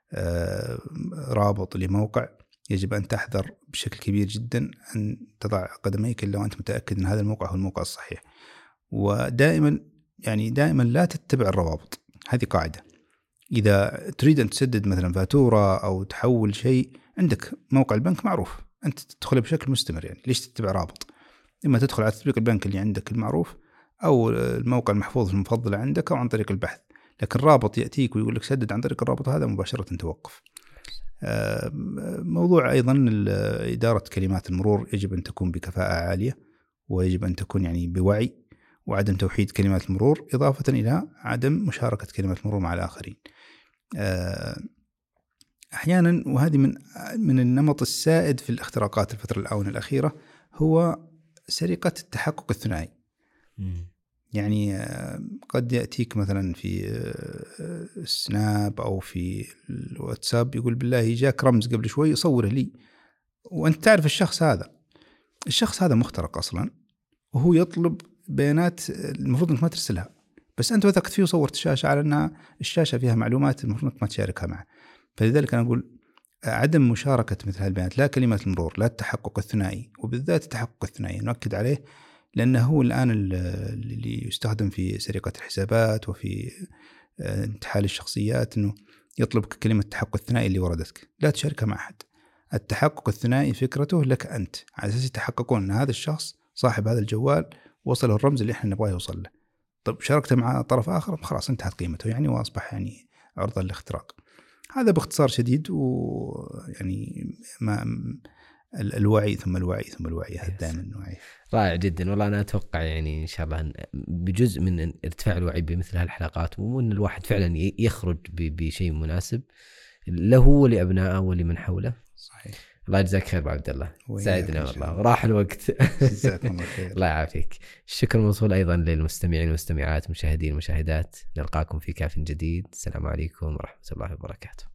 رابط لموقع، يجب أن تحذر بشكل كبير جدا أن تضع قدميك إلا وأنت متأكد أن هذا الموقع هو الموقع الصحيح. ودائما يعني دائما لا تتبع الروابط، هذه قاعدة. إذا تريد أن تسدد مثلا فاتورة أو تحول شيء، عندك موقع البنك معروف، أنت تدخله بشكل مستمر، يعني ليش تتبع رابط؟ إما تدخل على تطبيق البنك اللي عندك المعروف، أو الموقع المحفوظ المفضل عندك، أو عن طريق البحث. لكن رابط يأتيك ويقول لك سدد عن طريق الرابط هذا، مباشرة توقف. موضوع أيضا إدارة كلمات المرور يجب أن تكون بكفاءة عالية، ويجب أن تكون يعني بوعي، وعدم توحيد كلمات المرور، إضافة إلى عدم مشاركة كلمات المرور مع الآخرين. أحيانا، وهذه من من النمط السائد في الاختراقات الفترة الآونة الأخيرة، هو سرقة التحقق الثنائي. يعني قد يأتيك مثلا في السناب أو في الواتساب يقول بالله جاك رمز قبل شوي يصوره لي، وأنت تعرف الشخص هذا الشخص هذا مخترق أصلا، وهو يطلب بيانات المفروض أنك ما ترسلها، بس أنت وثقت فيه وصورت الشاشة على أنها الشاشة فيها معلومات المفروض أنك ما تشاركها معه. فلذلك أنا أقول عدم مشاركة مثل هالبيانات، لا كلمة المرور، لا التحقق الثنائي، وبالذات التحقق الثنائي نؤكد عليه، لأنه هو الآن اللي يستخدم في سرقة الحسابات وفي انتحال الشخصيات، أنه يطلب كلمة التحقق الثنائي اللي وردتك، لا تشاركها مع أحد. التحقق الثنائي فكرته لك أنت، على أساس يتحققون أن هذا الشخص صاحب هذا الجوال وصل الرمز اللي احنا نبغاه يوصل له. طب شاركته مع طرف آخر، خلاص انتهت قيمته يعني، وأصبح يعني عرضة للاختراق. هذا باختصار شديد. ويعني ما الوعي ثم الوعي ثم الوعي، هذا دائما الوعي. رائع جدا والله. أنا أتوقع يعني إن شاء الله بجزء من ارتفاع الوعي بمثل هالحلقات، وأن الواحد فعلا يخرج بشيء مناسب له ولأبنائه ولمن حوله. صحيح. الله يجزاك خير عبد الله، ساعدنا والله، راح الوقت. جزاكم الله خير. الله يعافيك. الشكر موصول أيضا للمستمعين والمستمعات، مشاهدين ومشاهدات. نلقاكم في كاف جديد. السلام عليكم ورحمة الله وبركاته.